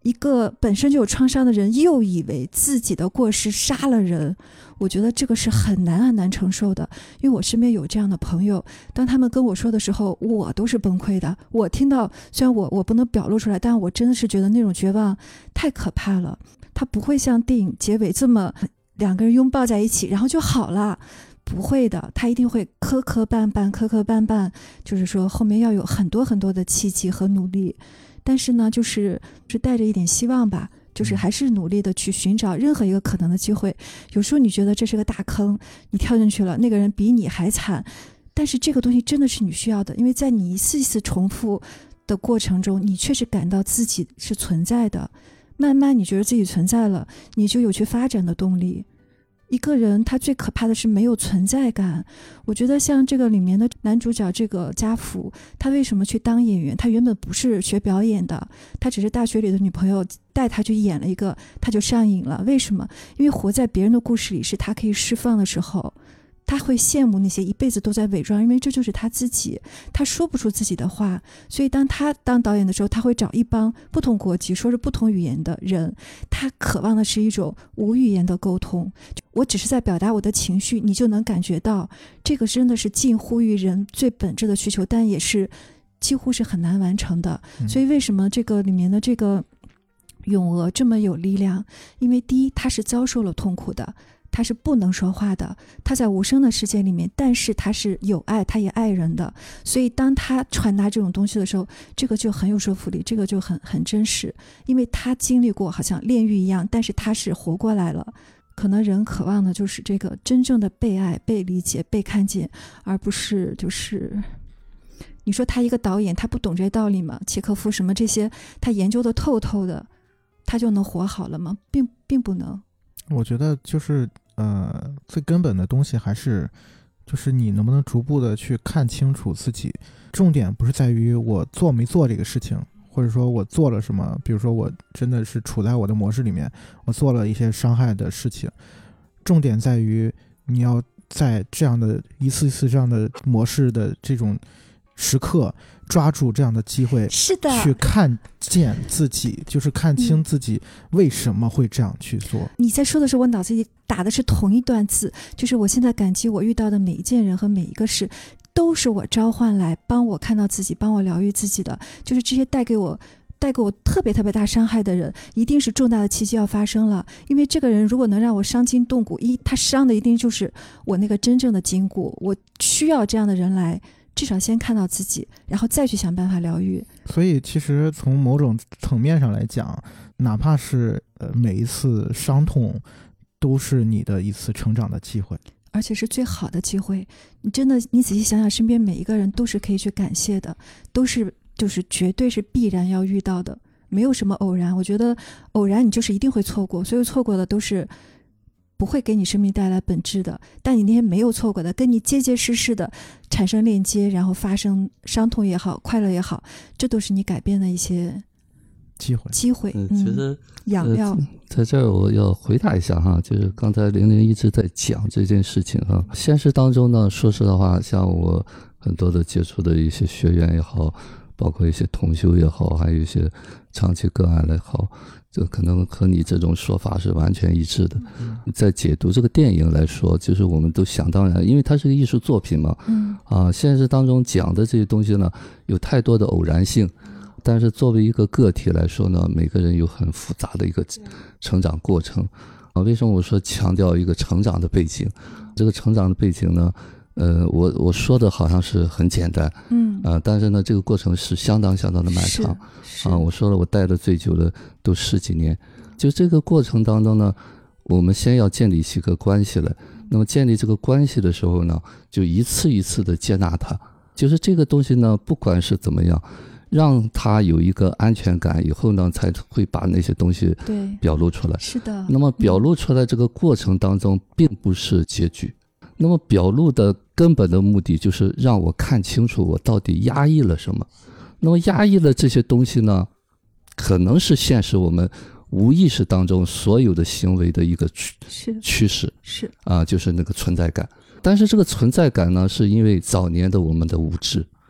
一个本身就有创伤的人又以为自己的过失杀了人，我觉得这个是很难很难承受的。因为我身边有这样的朋友，当他们跟我说的时候，我都是崩溃的。我听到，虽然我我不能表露出来，但我真的是觉得那种绝望太可怕了。他不会像电影结尾这么两个人拥抱在一起然后就好了，不会的，他一定会磕磕绊绊磕磕绊绊，就是说后面要有很多很多的契机和努力。但是呢就是是带着一点希望吧，就是还是努力的去寻找任何一个可能的机会。有时候你觉得这是个大坑，你跳进去了，那个人比你还惨，但是这个东西真的是你需要的，因为在你一次一次重复的过程中，你确实感到自己是存在的，慢慢你觉得自己存在了，你就有去发展的动力。一个人他最可怕的是没有存在感。我觉得像这个里面的男主角这个家福，他为什么去当演员？他原本不是学表演的，他只是大学里的女朋友带他去演了一个，他就上瘾了。为什么？因为活在别人的故事里是他可以释放的时候，他会羡慕那些一辈子都在伪装，因为这就是他自己，他说不出自己的话。所以当他当导演的时候，他会找一帮不同国籍说着不同语言的人，他渴望的是一种无语言的沟通。我只是在表达我的情绪，你就能感觉到，这个真的是近乎于人最本质的需求，但也是几乎是很难完成的。所以为什么这个里面的这个咏鹅这么有力量？因为第一，他是遭受了痛苦的，他是不能说话的，他在无声的世界里面，但是他是有爱，他也爱人的。所以当他传达这种东西的时候，这个就很有说服力，这个就很很真实。因为他经历过好像炼狱一样，但是他是活过来了。可能人渴望的就是这个真正的被爱、被理解、被看见，而不是就是你说他一个导演，他不懂这道理吗？契诃夫什么这些他研究的透透的，他就能活好了吗？并并不能。 我觉得就是呃，最根本的东西还是就是你能不能逐步的去看清楚自己。重点不是在于我做没做这个事情，或者说我做了什么，比如说我真的是处在我的模式里面，我做了一些伤害的事情。重点在于你要在这样的一次一次这样的模式的这种时刻，抓住这样的机会， 是的， 去看见自己，就是看清自己为什么会这样去做。 嗯、你在说的时候，我脑子里打的是同一段字，就是我现在感激我遇到的每一件人和每一个事，都是我召唤来帮我看到自己，帮我疗愈自己的。就是这些带给我带给我特别特别大伤害的人，一定是重大的奇迹要发生了。因为这个人如果能让我伤筋动骨，一他伤的一定就是我那个真正的筋骨，我需要这样的人来至少先看到自己，然后再去想办法疗愈。 所以其实从某种层面上来讲，哪怕是呃每一次伤痛都是你的一次成长的机会， 而且是最好的机会。你真的你仔细想想，身边每一个人都是可以去感谢的，都是就是绝对是必然要遇到的，没有什么偶然。我觉得偶然你就是一定会错过，所有错过的都是不会给你生命带来本质的，但你那些没有错过的，跟你结结实实的产生链接，然后发生伤痛也好，快乐也好，这都是你改变的一些机会。 机会， 嗯，其实养料、 呃。在这儿我要回答一下哈，就是刚才玲玲一直在讲这件事情哈。现实当中呢，说实话，像我很多的接触的一些学员也好，包括一些同修也好，还有一些长期个案也好，这可能和你这种说法是完全一致的。 嗯、 在解读这个电影来说，就是我们都想当然，因为它是个艺术作品嘛， 嗯啊，现实当中讲的这些东西呢，有太多的偶然性。但是作为一个个体来说呢，每个人有很复杂的一个成长过程啊。为什么我说强调一个成长的背景？这个成长的背景呢，呃，我我说的好像是很简单， 嗯啊，但是呢，这个过程是相当相当的漫长啊。我说了，我待的最久的都十几年。就这个过程当中呢，我们先要建立起一个关系来。那么建立这个关系的时候呢，就一次一次的接纳它。就是这个东西呢，不管是怎么样，让他有一个安全感以后呢，才会把那些东西表露出来。 是的。 那么表露出来这个过程当中，并不是结局。那么表露的根本的目的就是让我看清楚我到底压抑了什么。那么压抑了这些东西呢，可能是现实我们无意识当中所有的行为的一个趋趋势， 是啊，就是那个存在感。但是这个存在感呢，是因为早年的我们的无知。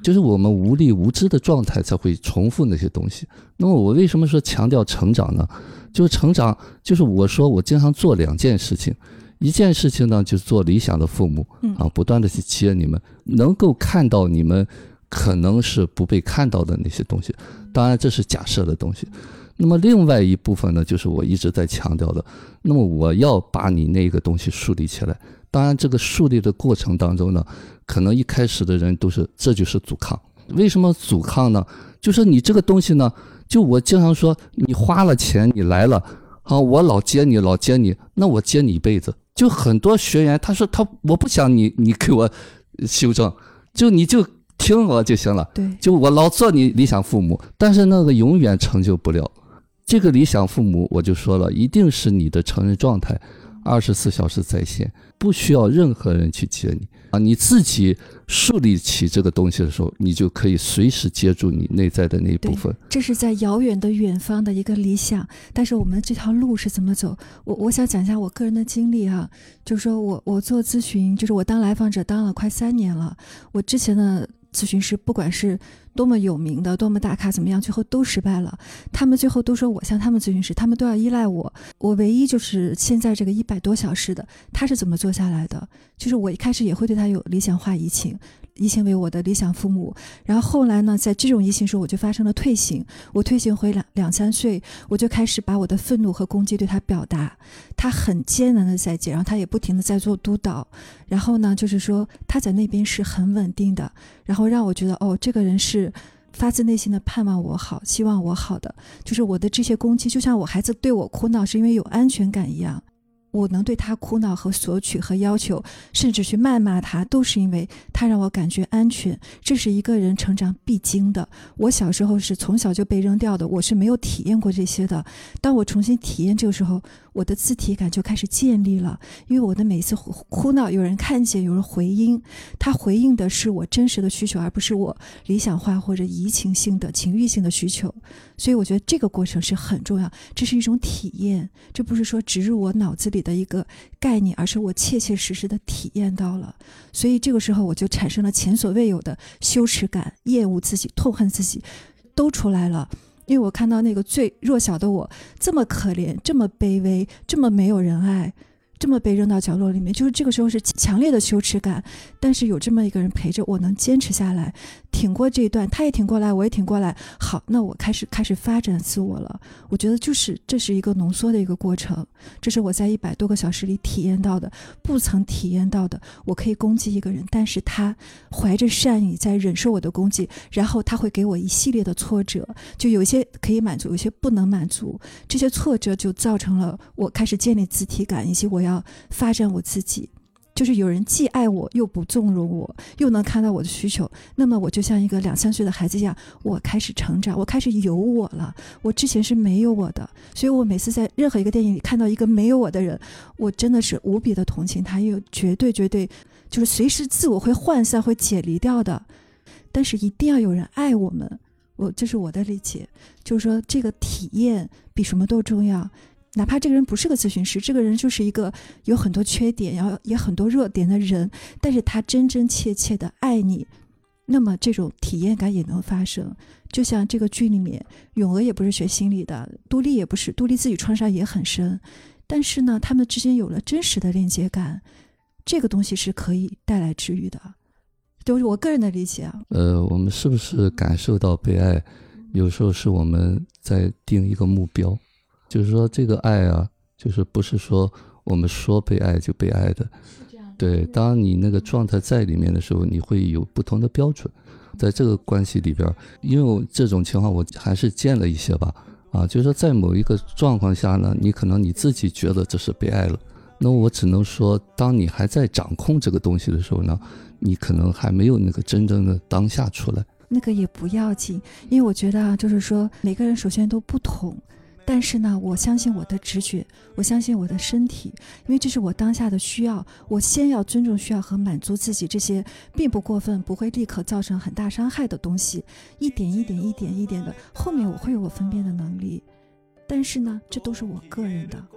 就是我们无力无知的状态才会重复那些东西。那么我为什么说强调成长呢？就是成长，就是我说我经常做两件事情，一件事情呢就是做理想的父母啊，不断的去接你们，能够看到你们可能是不被看到的那些东西，当然这是假设的东西。那么另外一部分呢，就是我一直在强调的，那么我要把你那个东西树立起来。当然这个树立的过程当中呢，可能一开始的人都是，这就是阻抗。为什么阻抗呢？就是你这个东西呢，就我经常说，你花了钱你来了，好，我老接你老接你，那我接你一辈子。就很多学员他说他我不想你你给我修正，就你就听我就行了， 对， 就我老做你理想父母，但是那个永远成就不了。这个理想父母我就说了，一定是你的成人状态二十四小时在线，不需要任何人去接你啊！你自己树立起这个东西的时候，你就可以随时接住你内在的那一部分。 这是在遥远的远方的一个理想，但是我们这条路是怎么走？我我想讲一下我个人的经历哈、啊，就是说我我做咨询，就是我当来访者当了快三年了，我之前的咨询师不管是多么有名的多么大咖怎么样，最后都失败了。他们最后都说我像他们咨询师，他们都要依赖我。我唯一就是现在这个一百多小时的，他是怎么做下来的？就是我一开始也会对他有理想化移情，移情为我的理想父母，然后后来呢，在这种移情时候我就发生了退行。我退行回两两三岁，我就开始把我的愤怒和攻击对他表达。他很艰难的在接，然后他也不停的在做督导，然后呢就是说他在那边是很稳定的，然后让我觉得哦，这个人是发自内心的盼望我好，希望我好的。就是我的这些攻击就像我孩子对我哭闹是因为有安全感一样，我能对他哭闹和索取和要求，甚至去谩骂他，都是因为他让我感觉安全。这是一个人成长必经的。我小时候是从小就被扔掉的，我是没有体验过这些的。当我重新体验这个时候，我的自体感就开始建立了，因为我的每一次哭闹有人看见，有人回应，他回应的是我真实的需求，而不是我理想化或者移情性的情欲性的需求。所以我觉得这个过程是很重要，这是一种体验，这不是说植入我脑子里的一个概念，而是我切切实实的体验到了。所以这个时候我就产生了前所未有的羞耻感，厌恶自己，痛恨自己都出来了。因为我看到那个最弱小的我这么可怜，这么卑微，这么没有人爱，这么被扔到角落里面，就是这个时候是强烈的羞耻感。但是有这么一个人陪着我，能坚持下来，挺过这一段，他也挺过来，我也挺过来。好，那我开始开始发展自我了。我觉得就是这是一个浓缩的一个过程，这是我在一百多个小时里体验到的，不曾体验到的。我可以攻击一个人，但是他怀着善意在忍受我的攻击，然后他会给我一系列的挫折，就有一些可以满足，有一些不能满足。这些挫折就造成了我开始建立自体感，以及我要发展我自己。就是有人既爱我又不纵容我，又能看到我的需求，那么我就像一个两三岁的孩子一样，我开始成长，我开始有我了。我之前是没有我的，所以我每次在任何一个电影里看到一个没有我的人，我真的是无比的同情他，又绝对绝对就是随时自我会涣散会解离掉的。但是一定要有人爱我们，我这是我的理解，就是说这个体验比什么都重要。哪怕这个人不是个咨询师，这个人就是一个有很多缺点然后也很多弱点的人，但是他真真切切的爱你，那么这种体验感也能发生。就像这个剧里面，咏娥也不是学心理的，杜丽也不是，杜丽自己创伤也很深，但是呢他们之间有了真实的链接感，这个东西是可以带来治愈的，就是我个人的理解啊。 呃，我们是不是感受到被爱，有时候是我们在定一个目标，就是说这个爱啊，就是不是说我们说被爱就被爱的。对，当你那个状态在里面的时候，你会有不同的标准。在这个关系里边，因为这种情况我还是见了一些吧，啊，就是说在某一个状况下呢，你可能你自己觉得这是被爱了，那我只能说，当你还在掌控这个东西的时候呢，你可能还没有那个真正的当下出来。 那个也不要紧，因为我觉得啊，就是说每个人首先都不同，但是呢我相信我的直觉，我相信我的身体，因为这是我当下的需要，我先要尊重需要和满足自己这些并不过分，不会立刻造成很大伤害的东西，一点一点一点一点的，后面我会有我分辨的能力。但是呢这都是我个人的，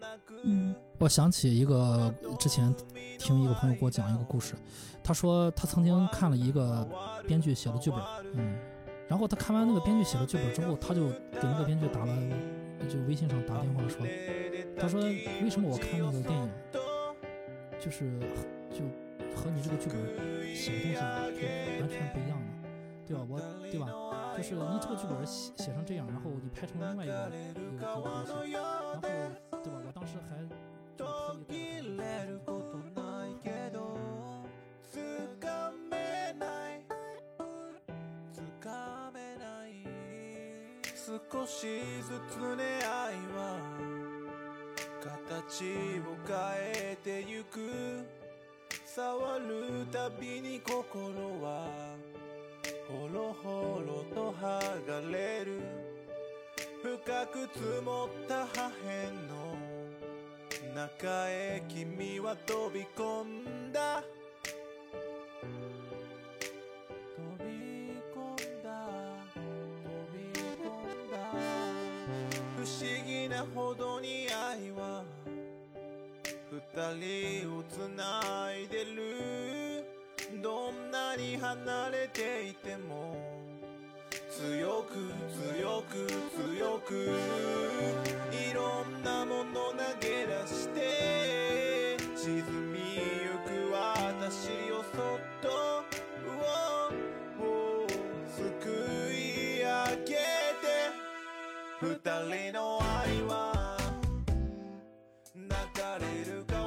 嗯， 我想起一个之前听一个朋友给我讲一个故事，他说他曾经看了一个编剧写的剧本， 嗯， 然后他看完那个编剧写的剧本之后，他就给那个编剧打了，就微信上打电话说，他说为什么我看那个电影，就是就和你这个剧本写的东西就完全不一样呢？对吧？我对吧？就是你这个剧本写写成这样，然后你拍成另外一个一个一个东西，然后对吧？我当时还就特意带着少しずつね愛は形を変えてゆく触るたびに心はほろほろと剥がれる深く積もった破片の中へ君は飛び込んだ飛び込んだ飛び込んだ不思議なほどに愛は二人をつないでるどんなに離れていても強く強く強くいろんなもの投げ出して沈みゆく私をそっと救い上げて二人の愛は流れる川